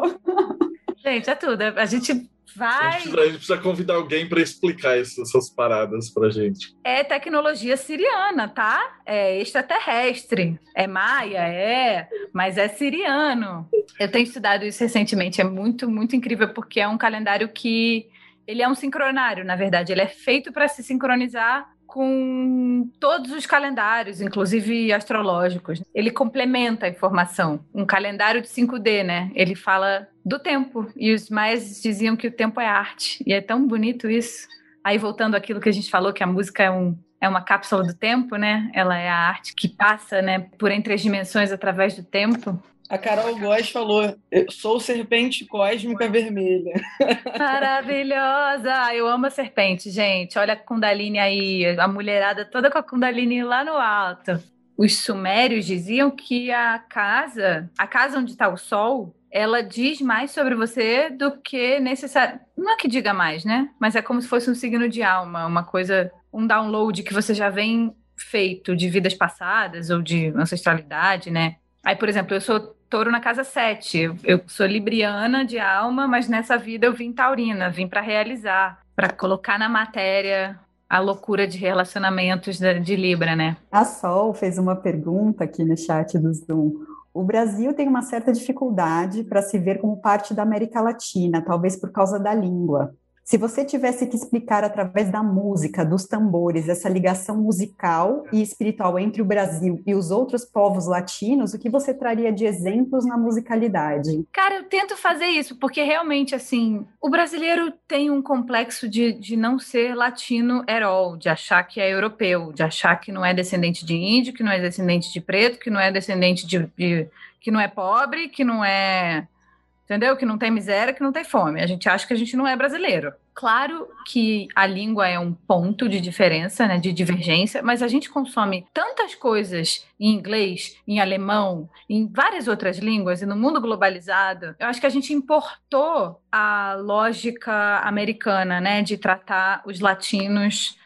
Gente, é tudo. A gente vai... A gente precisa, a gente precisa convidar alguém para explicar essas, essas paradas pra gente. É tecnologia siriana, tá? É extraterrestre. É maia, é, mas é siriano. Eu tenho estudado isso recentemente. É muito, muito incrível, porque é um calendário que... Ele é um sincronário, na verdade. Ele é feito para se sincronizar com todos os calendários, inclusive astrológicos. Ele complementa a informação. Um calendário de cinco D, né? Ele fala do tempo. E os maias diziam que o tempo é arte. E é tão bonito isso. Aí, voltando àquilo que a gente falou, que a música é, um, é uma cápsula do tempo, né? Ela é a arte que passa, né, por entre as dimensões através do tempo. A Carol Góes falou, eu sou serpente cósmica vermelha. Maravilhosa! Eu amo a serpente, gente. Olha a Kundalini aí, a mulherada toda com a Kundalini lá no alto. Os sumérios diziam que a casa, a casa onde está o sol, ela diz mais sobre você do que necessário. Não é que diga mais, né? Mas é como se fosse um signo de alma, uma coisa, um download que você já vem feito de vidas passadas ou de ancestralidade, né? Aí, por exemplo, eu sou touro na casa sete, eu sou libriana de alma, mas nessa vida eu vim taurina, vim para realizar, para colocar na matéria a loucura de relacionamentos de Libra, né? A Sol fez uma pergunta aqui no chat do Zoom. O Brasil tem uma certa dificuldade para se ver como parte da América Latina, talvez por causa da língua. Se você tivesse que explicar através da música, dos tambores, essa ligação musical e espiritual entre o Brasil e os outros povos latinos, o que você traria de exemplos na musicalidade? Cara, eu tento fazer isso, porque realmente, assim, o brasileiro tem um complexo de, de não ser latino at all, de achar que é europeu, de achar que não é descendente de índio, que não é descendente de preto, que não é descendente de... de que não é pobre, que não é... Entendeu? Que não tem miséria, que não tem fome. A gente acha que a gente não é brasileiro. Claro que a língua é um ponto de diferença, né, de divergência, mas a gente consome tantas coisas em inglês, em alemão, em várias outras línguas, e no mundo globalizado, eu acho que a gente importou a lógica americana, né, de tratar os latinos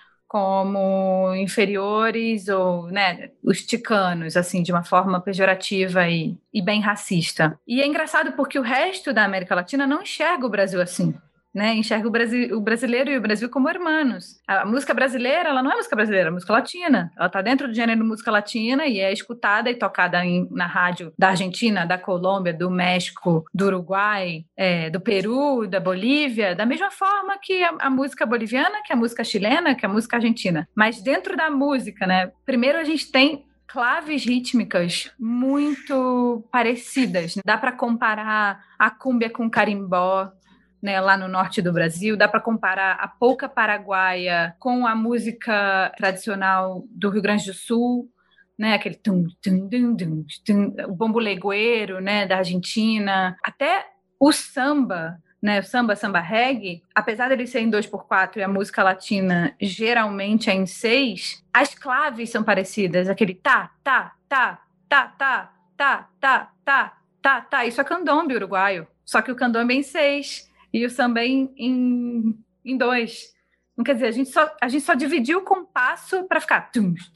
como inferiores ou, né, os ticanos, assim, de uma forma pejorativa e, e bem racista. E é engraçado porque o resto da América Latina não enxerga o Brasil assim, né? Enxerga o, Brasi- o brasileiro e o Brasil como irmãos. A música brasileira, ela não é música brasileira, é música latina. Ela está dentro do gênero música latina e é escutada e tocada em, na rádio da Argentina, da Colômbia, do México, do Uruguai, é, do Peru, da Bolívia, da mesma forma que a, a música boliviana, que a música chilena, que a música argentina. Mas dentro da música, né? Primeiro a gente tem claves rítmicas muito parecidas. Dá para comparar a cúmbia com o carimbó, né, lá no norte do Brasil, dá para comparar a polca paraguaia com a música tradicional do Rio Grande do Sul, né, aquele tum, tum, tum, tum, tum, o bombo legueiro, né, da Argentina, até o samba, né, o samba, samba reggae, apesar dele ser em dois por quatro e a música latina geralmente é em seis, as claves são parecidas, aquele tá, tá, tá, tá, tá, tá, tá, tá, tá, tá, isso é candombe uruguaio, só que o candombe é em seis, e o samba em, em, em dois. Não quer dizer, a gente só, a gente só dividiu o compasso para ficar...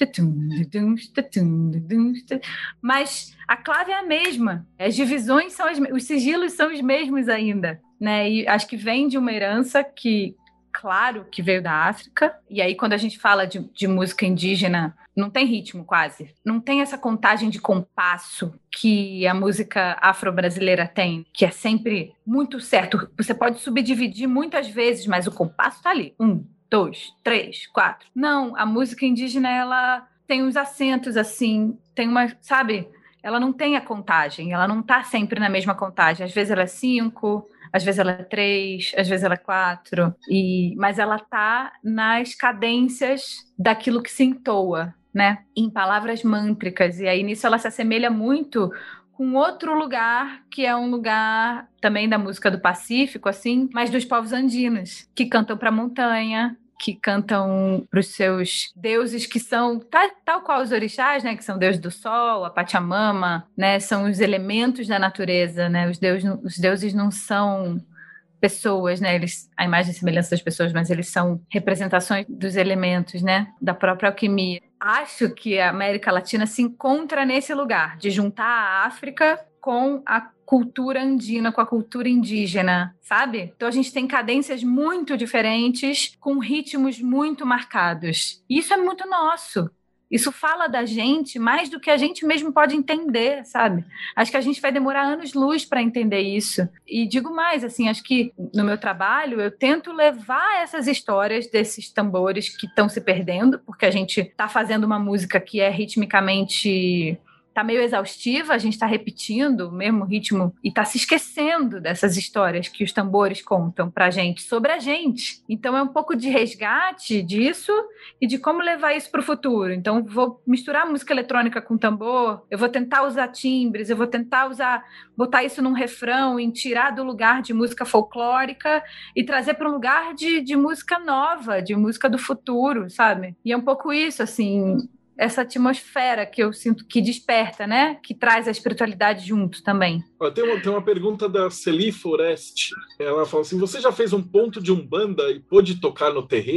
Mas a clave é a mesma. As divisões são as mesmas. Os sigilos são os mesmos ainda. Né? E acho que vem de uma herança que, claro, que veio da África. E aí, quando a gente fala de, de música indígena, não tem ritmo quase. Não tem essa contagem de compasso que a música afro-brasileira tem, que é sempre muito certo. Você pode subdividir muitas vezes, mas o compasso está ali. Um, dois, três, quatro. Não, a música indígena, ela tem uns acentos assim, tem uma, sabe? Ela não tem a contagem, ela não está sempre na mesma contagem. Às vezes ela é cinco, às vezes ela é três, às vezes ela é quatro, e, mas ela está nas cadências daquilo que se entoa, né? Em palavras mântricas, e aí nisso ela se assemelha muito com outro lugar, que é um lugar também da música do Pacífico, assim, mas dos povos andinos, que cantam para a montanha, que cantam para os seus deuses, que são tal, tal qual os orixás, né, que são deuses do sol, a Pachamama, né, são os elementos da natureza, né, os, deus, os deuses não são pessoas, né, eles, a imagem e semelhança das pessoas, mas eles são representações dos elementos, né, da própria alquimia. Acho que a América Latina se encontra nesse lugar, de juntar a África com a cultura andina, com a cultura indígena, sabe? Então a gente tem cadências muito diferentes, com ritmos muito marcados. E isso é muito nosso. Isso fala da gente mais do que a gente mesmo pode entender, sabe? Acho que a gente vai demorar anos-luz para entender isso. E digo mais, assim, acho que no meu trabalho eu tento levar essas histórias desses tambores que estão se perdendo, porque a gente está fazendo uma música que é ritmicamente... tá meio exaustiva, a gente tá repetindo o mesmo ritmo e tá se esquecendo dessas histórias que os tambores contam pra gente, sobre a gente. Então é um pouco de resgate disso e de como levar isso pro futuro. Então vou misturar música eletrônica com tambor, eu vou tentar usar timbres, eu vou tentar usar, botar isso num refrão e tirar do lugar de música folclórica e trazer para um lugar de, de música nova, de música do futuro, sabe? E é um pouco isso, assim... essa atmosfera que eu sinto que desperta, né? Que traz a espiritualidade junto também. Tem uma, tem uma pergunta da Celi Forest. Ela fala assim, você já fez um ponto de umbanda e pôde tocar no terreiro?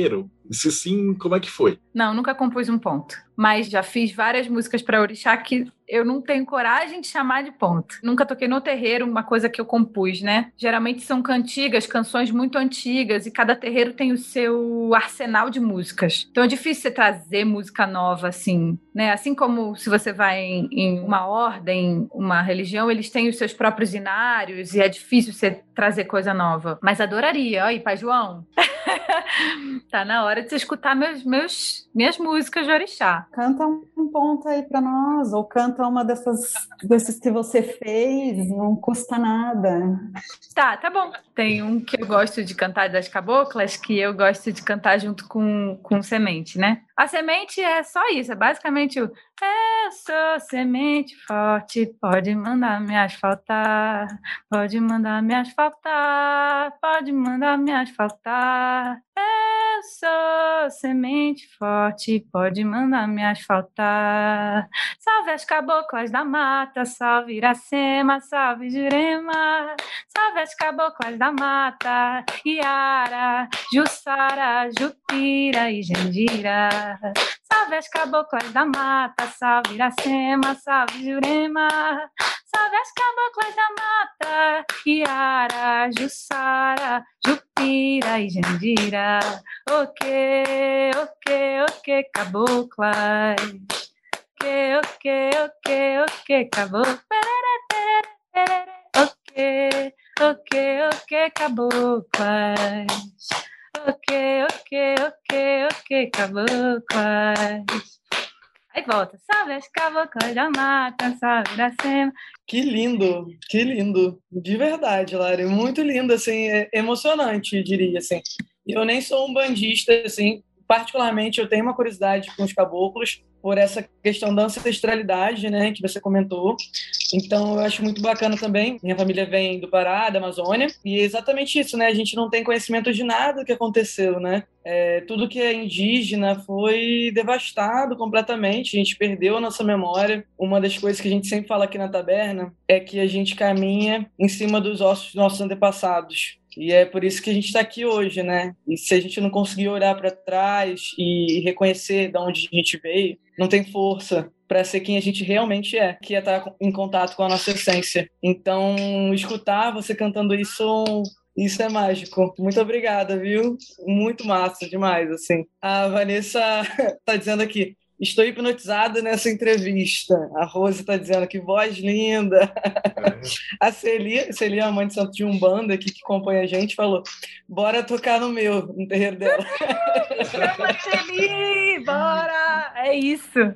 Se sim, como é que foi? Não, nunca compus um ponto. Mas já fiz várias músicas para orixá que eu não tenho coragem de chamar de ponto. Nunca toquei no terreiro uma coisa que eu compus, né? Geralmente são cantigas, canções muito antigas, e cada terreiro tem o seu arsenal de músicas. Então é difícil você trazer música nova, assim, né? Assim como se você vai em, em uma ordem, uma religião, eles têm os seus próprios inários, e é difícil você trazer coisa nova. Mas adoraria, ó, e Pai João. Tá na hora de você escutar meus, meus, minhas músicas de orixá. Canta um ponto aí para nós, ou canta uma dessas desses que você fez, não custa nada. Tá, tá bom. Tem um que eu gosto de cantar das caboclas, que eu gosto de cantar junto com, com semente, né? A semente é só isso, é basicamente o eu sou semente forte, pode mandar me asfaltar, pode mandar me asfaltar, pode mandar me asfaltar. Eu sou semente forte, pode mandar me asfaltar. Salve as caboclas da mata, salve Iracema, salve Jurema. Salve as caboclas da mata, Iara, Jussara, Jupira e Jandira. Salve as caboclas da mata, salve Iracema, salve Jurema. Salve as caboclas da mata, Iara, Jussara, Jupira e Jandira. Ok, ok, ok, caboclas. Ok, ok, ok, ok, caboclas. Ok, ok, ok, caboclas. Ok, ok, ok, ok, caboclas. Aí volta, salve as caboclas da mata, salve Iracema. Que lindo, que lindo. De verdade, Lari, muito lindo, assim, é emocionante, diria, assim. Eu nem sou um bandista, assim, particularmente eu tenho uma curiosidade com os caboclos, por essa questão da ancestralidade, né, que você comentou. Então, eu acho muito bacana também. Minha família vem do Pará, da Amazônia, e é exatamente isso, né? A gente não tem conhecimento de nada que aconteceu, né? É, tudo que é indígena foi devastado completamente, a gente perdeu a nossa memória. Uma das coisas que a gente sempre fala aqui na taberna é que a gente caminha em cima dos ossos dos nossos antepassados. E é por isso que a gente está aqui hoje, né? E se a gente não conseguir olhar para trás e reconhecer de onde a gente veio, não tem força para ser quem a gente realmente é, que é estar em contato com a nossa essência. Então, escutar você cantando isso, isso é mágico. Muito obrigada, viu? Muito massa demais, assim. A Vanessa tá dizendo aqui, estou hipnotizada nessa entrevista. A Rose está dizendo que voz linda. A Celia, Celia, a mãe de santo de Umbanda aqui que acompanha a gente, falou, bora tocar no meu, no terreiro dela. Chama Celi, bora! É isso.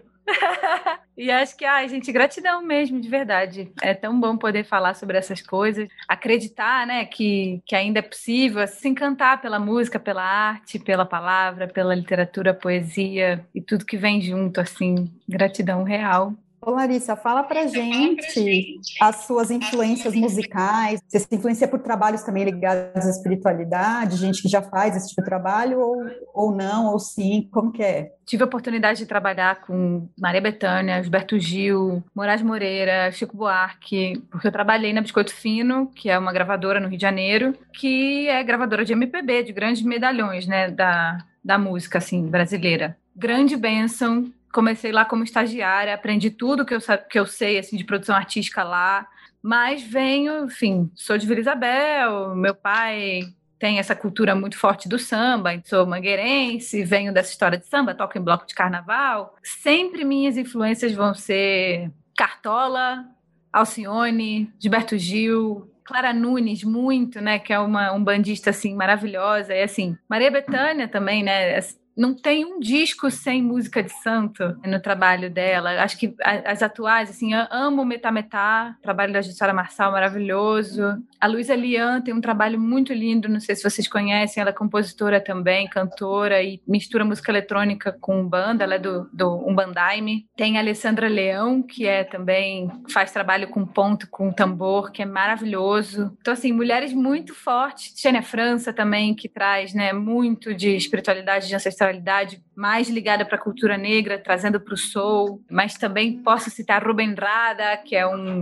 E acho que, ai, gente, gratidão mesmo, de verdade. É tão bom poder falar sobre essas coisas, acreditar, né, que, que ainda é possível se encantar pela música, pela arte, pela palavra, pela literatura, poesia e tudo que vem junto, assim, gratidão real. Ô Larissa, fala pra gente as suas influências musicais, você se influencia por trabalhos também ligados à espiritualidade, gente que já faz esse tipo de trabalho, ou, ou não, ou sim, como que é? Tive a oportunidade de trabalhar com Maria Bethânia, Gilberto Gil, Moraes Moreira, Chico Buarque, porque eu trabalhei na Biscoito Fino, que é uma gravadora no Rio de Janeiro, que é gravadora de M P B, de grandes medalhões, né, da, da música, assim, brasileira. Grande bênção. Comecei lá como estagiária, aprendi tudo que eu, que eu sei, assim, de produção artística lá, mas venho, enfim, sou de Vila Isabel, meu pai tem essa cultura muito forte do samba, sou mangueirense, venho dessa história de samba, toco em bloco de carnaval. Sempre minhas influências vão ser Cartola, Alcione, Gilberto Gil, Clara Nunes, muito, né, que é uma um bandista, assim, maravilhosa, e assim, Maria Bethânia também, né, não tem um disco sem música de santo no trabalho dela. Acho que as atuais, assim, eu amo Metá Metá, o trabalho da Jussara Marçal, maravilhoso. A Luísa Lian tem um trabalho muito lindo, não sei se vocês conhecem, ela é compositora também, cantora, e mistura música eletrônica com banda, ela é do, do Umbandaime. Tem a Alessandra Leão, que é também, faz trabalho com ponto, com tambor, que é maravilhoso. Então, assim, mulheres muito fortes. Xênia França também, que traz, né, muito de espiritualidade, de ancestralidade, mais ligada para a cultura negra, trazendo para o soul, mas também posso citar Rubem Rada, que é um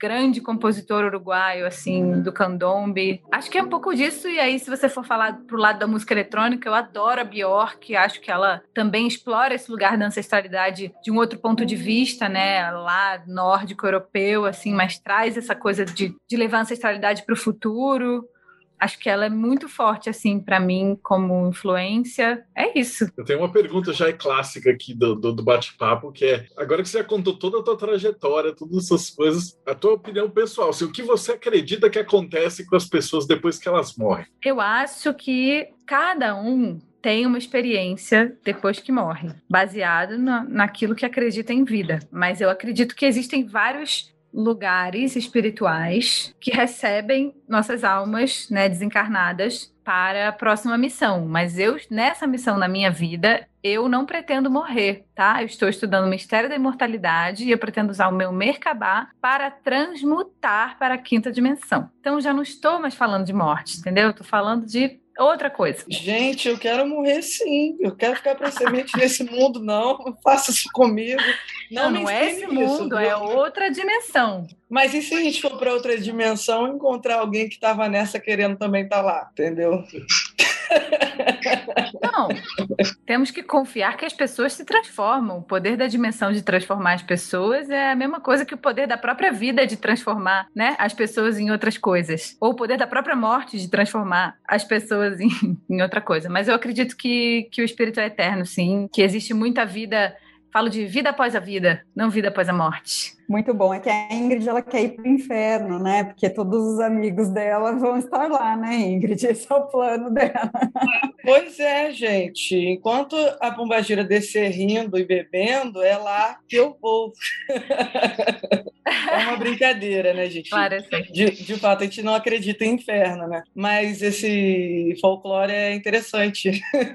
grande compositor uruguaio, assim, do candombe. Acho que é um pouco disso, e aí se você for falar pro lado da música eletrônica, eu adoro a Björk, acho que ela também explora esse lugar da ancestralidade de um outro ponto de vista, né, lá nórdico, europeu, assim, mas traz essa coisa de, de levar a ancestralidade pro futuro. Acho que ela é muito forte, assim, para mim, como influência. É isso. Eu tenho uma pergunta já é clássica aqui do, do, do bate-papo, que é, agora que você já contou toda a tua trajetória, todas essas coisas, a tua opinião pessoal, assim, o que você acredita que acontece com as pessoas depois que elas morrem? Eu acho que cada um tem uma experiência depois que morre, baseado na, naquilo que acredita em vida. Mas eu acredito que existem vários lugares espirituais que recebem nossas almas, né, desencarnadas para a próxima missão. Mas eu, nessa missão na minha vida, eu não pretendo morrer, tá? Eu estou estudando o mistério da imortalidade e eu pretendo usar o meu Merkabah para transmutar para a quinta dimensão. Então, já não estou mais falando de morte, entendeu? Eu estou falando de outra coisa. Gente, eu quero morrer sim. Eu quero ficar para semente nesse mundo, não. Não faça isso comigo. Não, não, não é esse mundo, é outra dimensão. Mas e se a gente for para outra dimensão e encontrar alguém que estava nessa querendo também estar lá, entendeu? Não, temos que confiar que as pessoas se transformam. O poder da dimensão de transformar as pessoas é a mesma coisa que o poder da própria vida de transformar, né, as pessoas em outras coisas. Ou o poder da própria morte de transformar as pessoas em, em outra coisa. Mas eu acredito que, que o espírito é eterno, sim, que existe muita vida. Falo de vida após a vida, não vida após a morte. Muito bom. É que a Ingrid, ela quer ir para o inferno, né? Porque todos os amigos dela vão estar lá, né, Ingrid? Esse é o plano dela. Pois é, gente. Enquanto a Pombagira descer rindo e bebendo, é lá que eu vou. É uma brincadeira, né, gente? Claro, eu sei. De, de fato, a gente não acredita em inferno, né? Mas esse folclore é interessante.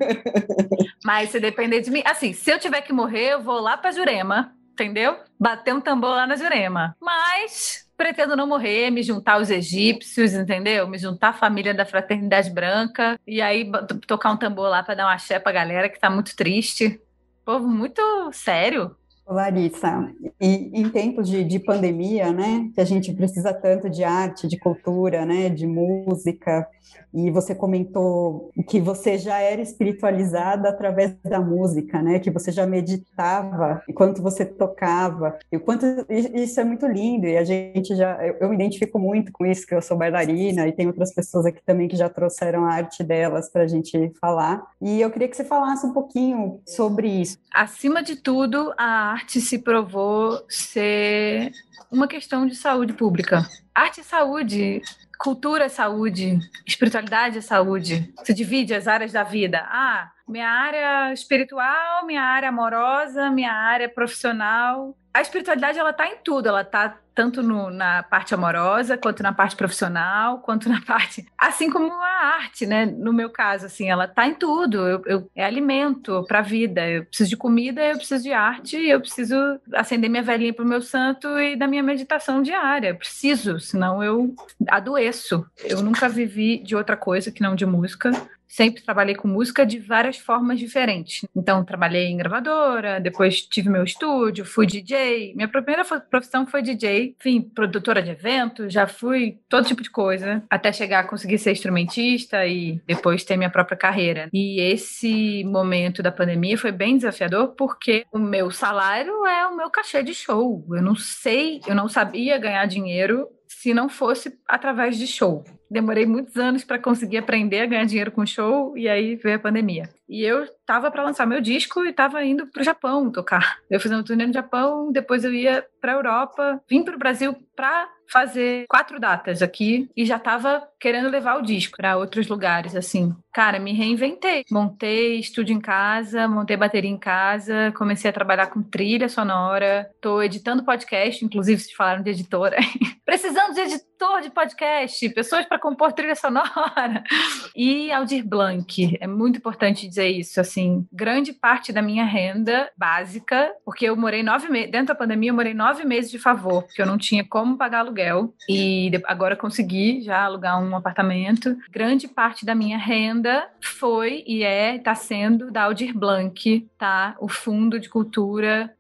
Mas se depender de mim... Assim, se eu tiver que morrer, eu vou lá para Jurema, entendeu? Bater um tambor lá na Jurema. Mas pretendo não morrer, me juntar aos egípcios, entendeu? Me juntar à família da Fraternidade Branca e aí tocar um tambor lá para dar um axé pra galera que tá muito triste. Povo muito sério. Larissa, e em tempos de, de pandemia, né, que a gente precisa tanto de arte, de cultura, né, de música, e você comentou que você já era espiritualizada através da música, né, que você já meditava enquanto você tocava, e o quanto isso é muito lindo, e a gente já, eu, eu me identifico muito com isso, que eu sou bailarina, e tem outras pessoas aqui também que já trouxeram a arte delas para a gente falar, e eu queria que você falasse um pouquinho sobre isso. Acima de tudo, a arte se provou ser uma questão de saúde pública. Arte é saúde, cultura é saúde, espiritualidade é saúde. Se divide as áreas da vida. Ah, minha área espiritual, minha área amorosa, minha área profissional. A espiritualidade, ela tá em tudo, ela tá tanto no, na parte amorosa, quanto na parte profissional, quanto na parte... Assim como a arte, né? No meu caso, assim, ela tá em tudo. Eu, eu, é alimento pra vida. Eu preciso de comida, eu preciso de arte, eu preciso acender minha velinha pro meu santo e da minha meditação diária. Eu preciso, senão eu adoeço. Eu nunca vivi de outra coisa que não de música. Sempre trabalhei com música de várias formas diferentes. Então, trabalhei em gravadora, depois tive meu estúdio, fui D J. Minha primeira profissão foi D J. Enfim, produtora de eventos, já fui todo tipo de coisa, até chegar a conseguir ser instrumentista e depois ter minha própria carreira. E esse momento da pandemia foi bem desafiador porque o meu salário é o meu cachê de show. Eu não sei, eu não sabia ganhar dinheiro se não fosse através de show. Demorei muitos anos para conseguir aprender a ganhar dinheiro com show e aí veio a pandemia. E eu tava para lançar meu disco e tava indo pro Japão tocar. Eu fiz uma turnê no Japão, depois eu ia pra Europa, vim pro Brasil pra fazer quatro datas aqui e já tava querendo levar o disco para outros lugares, assim. Cara, me reinventei. Montei estúdio em casa, montei bateria em casa, comecei a trabalhar com trilha sonora, tô editando podcast, inclusive se falaram de editora. Precisando de editor de podcast, pessoas para compor trilha sonora. E Aldir Blanc, é muito importante dizer isso, assim, grande parte da minha renda básica, porque eu morei nove meses, dentro da pandemia eu morei nove meses de favor, porque eu não tinha como pagar aluguel, e agora consegui já alugar um apartamento. Grande parte da minha renda foi e é, está sendo da Aldir Blanc, tá? O Fundo de Cultura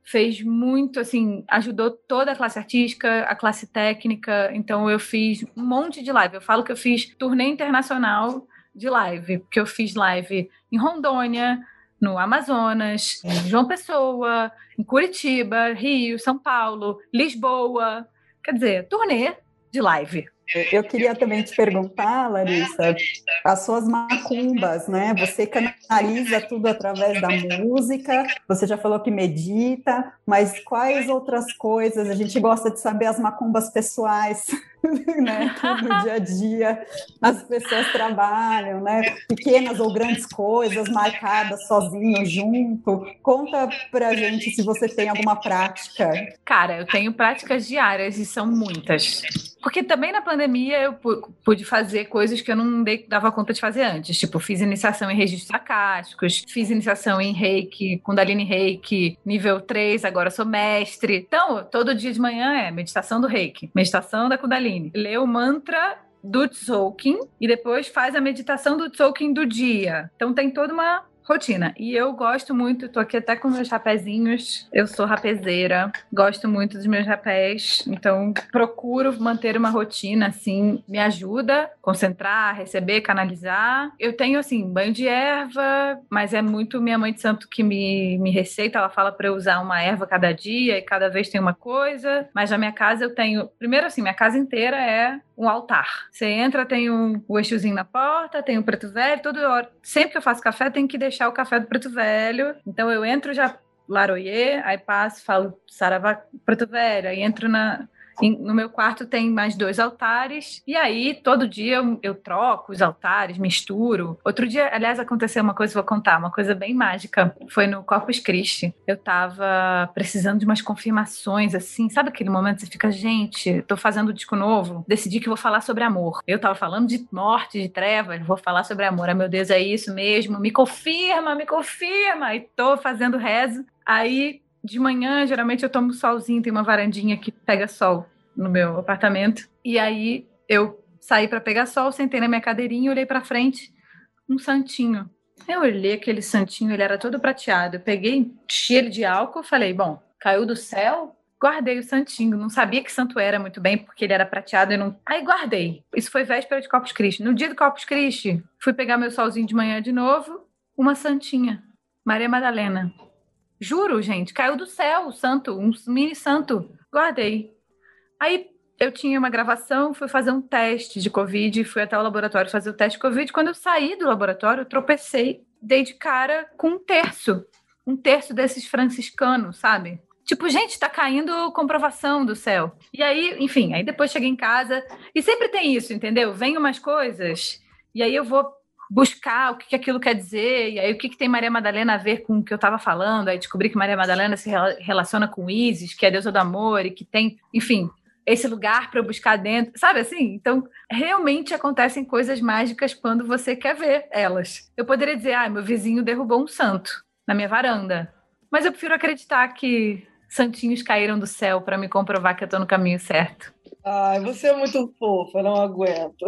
fez muito, assim, ajudou toda a classe artística, a classe técnica. Então eu fiz um monte de live. Eu falo que eu fiz turnê internacional de live, porque eu fiz live em Rondônia, no Amazonas, em João Pessoa, em Curitiba, Rio, São Paulo, Lisboa. Quer dizer, turnê de live. Eu queria também te perguntar, Larissa, as suas macumbas, né? Você canaliza tudo através da música, você já falou que medita, mas quais outras coisas? A gente gosta de saber as macumbas pessoais, né? Que no dia a dia as pessoas trabalham, né? Pequenas ou grandes coisas marcadas sozinho, junto. Conta pra gente se você tem alguma prática. Cara, eu tenho práticas diárias e são muitas. Porque também na pandemia eu pude fazer coisas que eu não dava conta de fazer antes. Tipo, fiz iniciação em registros acásticos, fiz iniciação em reiki, Kundalini reiki, nível três, agora sou mestre. Então, todo dia de manhã é meditação do reiki, meditação da Kundalini. Lê o mantra do Tzolk'in e depois faz a meditação do Tzolk'in do dia. Então tem toda uma rotina. E eu gosto muito, tô aqui até com meus rapezinhos, eu sou rapezeira, gosto muito dos meus rapés, então procuro manter uma rotina, assim, me ajuda a concentrar, receber, canalizar. Eu tenho, assim, banho de erva, mas é muito minha mãe de santo que me, me receita, ela fala pra eu usar uma erva cada dia e cada vez tem uma coisa, mas na minha casa eu tenho, primeiro assim, minha casa inteira é um altar. Você entra, tem um, o Exuzinho na porta, tem o preto velho, toda hora, sempre que eu faço café, tem que deixar o café do preto velho. Então eu entro já laroyê, aí passo, falo saravá preto velho, aí entro na... No meu quarto tem mais dois altares, e aí todo dia eu, eu troco os altares, misturo. Outro dia, aliás, aconteceu uma coisa, vou contar, uma coisa bem mágica. Foi no Corpus Christi. Eu tava precisando de umas confirmações, assim. Sabe aquele momento que você fica, gente, tô fazendo um disco novo, decidi que vou falar sobre amor. Eu tava falando de morte, de trevas, vou falar sobre amor. Ah, meu Deus, é isso mesmo? Me confirma, me confirma! E tô fazendo rezo. Aí... De manhã, geralmente eu tomo solzinho, tem uma varandinha que pega sol no meu apartamento. E aí eu saí para pegar sol, sentei na minha cadeirinha e olhei para frente, um santinho. Eu olhei aquele santinho, ele era todo prateado. Eu peguei, enchi ele de álcool, falei, bom, caiu do céu, guardei o santinho. Não sabia que santo era muito bem, porque ele era prateado e não... Aí guardei. Isso foi véspera de Corpus Christi. No dia do Corpus Christi, fui pegar meu solzinho de manhã de novo, uma santinha, Maria Madalena. Juro, gente, caiu do céu o santo, um mini santo. Guardei. Aí eu tinha uma gravação, fui fazer um teste de Covid, fui até o laboratório fazer o teste de Covid. Quando eu saí do laboratório, eu tropecei, dei de cara com um terço. Um terço desses franciscanos, sabe? Tipo, gente, tá caindo comprovação do céu. E aí, enfim, aí depois cheguei em casa. E sempre tem isso, entendeu? Vem umas coisas, e aí eu vou buscar o que, que aquilo quer dizer, e aí o que, que tem Maria Madalena a ver com o que eu estava falando, aí descobri que Maria Madalena se relaciona com Isis, que é a deusa do amor, e que tem, enfim, esse lugar para eu buscar dentro, sabe assim? Então, realmente acontecem coisas mágicas quando você quer ver elas. Eu poderia dizer, ah, meu vizinho derrubou um santo na minha varanda, mas eu prefiro acreditar que santinhos caíram do céu para me comprovar que eu estou no caminho certo. Ai, você é muito fofa, não aguento.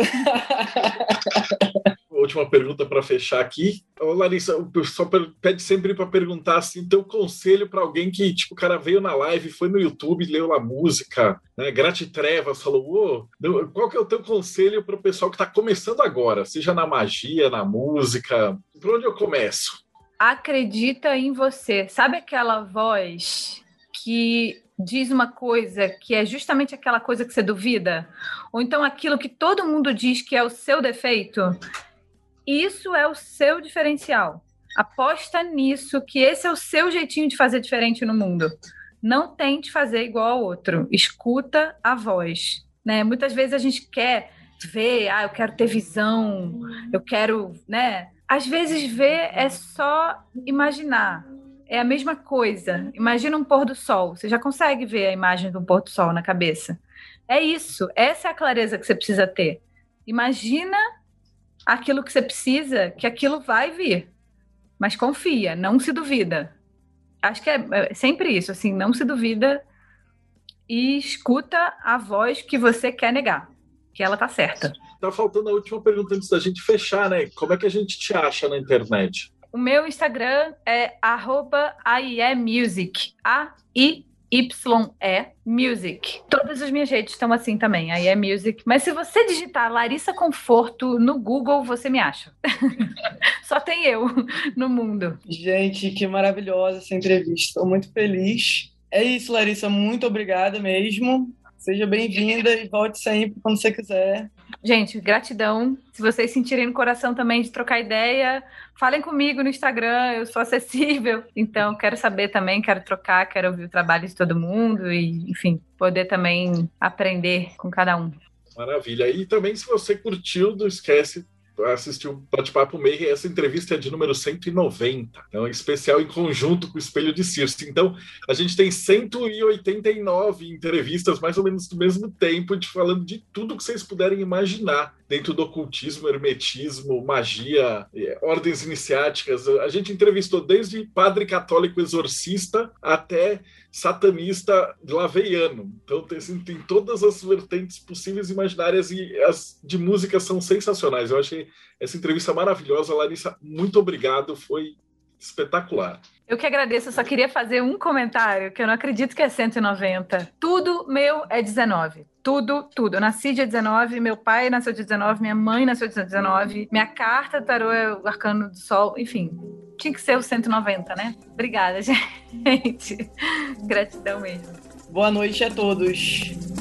Última pergunta para fechar aqui. Ô, Larissa, o pessoal pede sempre para perguntar assim, teu conselho para alguém que, tipo, o cara veio na live, foi no YouTube, leu a música, né? Gratitrevas, falou, ô, qual que é o teu conselho para o pessoal que está começando agora, seja na magia, na música? Por onde eu começo? Acredita em você. Sabe aquela voz que diz uma coisa que é justamente aquela coisa que você duvida? Ou então aquilo que todo mundo diz que é o seu defeito? Isso é o seu diferencial. Aposta nisso, que esse é o seu jeitinho de fazer diferente no mundo. Não tente fazer igual ao outro. Escuta a voz, né? Muitas vezes a gente quer ver, ah, eu quero ter visão, eu quero, né? Às vezes ver é só imaginar. É a mesma coisa. Imagina um pôr do sol. Você já consegue ver a imagem de um pôr do sol na cabeça. É isso. Essa é a clareza que você precisa ter. Imagina aquilo que você precisa, que aquilo vai vir. Mas confia, não se duvida. Acho que é, é sempre isso, assim, não se duvida e escuta a voz que você quer negar, que ela tá certa. Tá faltando a última pergunta antes da gente fechar, né? Como é que a gente te acha na internet? O meu Instagram é arroba aiemusic. A I Y-E Music. Todas as minhas redes estão assim também, aí é Music. Mas se você digitar Larissa Conforto no Google, você me acha. Só tem eu no mundo. Gente, que maravilhosa essa entrevista. Estou muito feliz. É isso, Larissa. Muito obrigada mesmo. Seja bem-vinda e volte sempre quando você quiser. Gente, gratidão. Se vocês sentirem no coração também de trocar ideia, falem comigo no Instagram, eu sou acessível. Então, quero saber também, quero trocar, quero ouvir o trabalho de todo mundo e, enfim, poder também aprender com cada um. Maravilha. E também, se você curtiu, não esquece, assistiu o Bate-Papo Mayhem. Essa entrevista é de número cento e noventa. É um especial em conjunto com o Espelho de Circe. Então, a gente tem cento e oitenta e nove entrevistas, mais ou menos do mesmo tempo, de falando de tudo que vocês puderem imaginar dentro do ocultismo, hermetismo, magia, ordens iniciáticas. A gente entrevistou desde padre católico exorcista até satanista laveiano. Então tem, assim, tem todas as vertentes possíveis e imaginárias, e as de música são sensacionais. Eu achei essa entrevista maravilhosa. Larissa, muito obrigado, foi espetacular. Eu que agradeço, eu só queria fazer um comentário, que eu não acredito que é cento e noventa. Tudo meu é dezenove. Tudo, tudo. Eu nasci dia dezenove, meu pai nasceu dia dezenove, minha mãe nasceu dia dezenove, minha carta tarô é o arcano do sol, enfim. Tinha que ser o cento e noventa, né? Obrigada, gente. Gratidão mesmo. Boa noite a todos.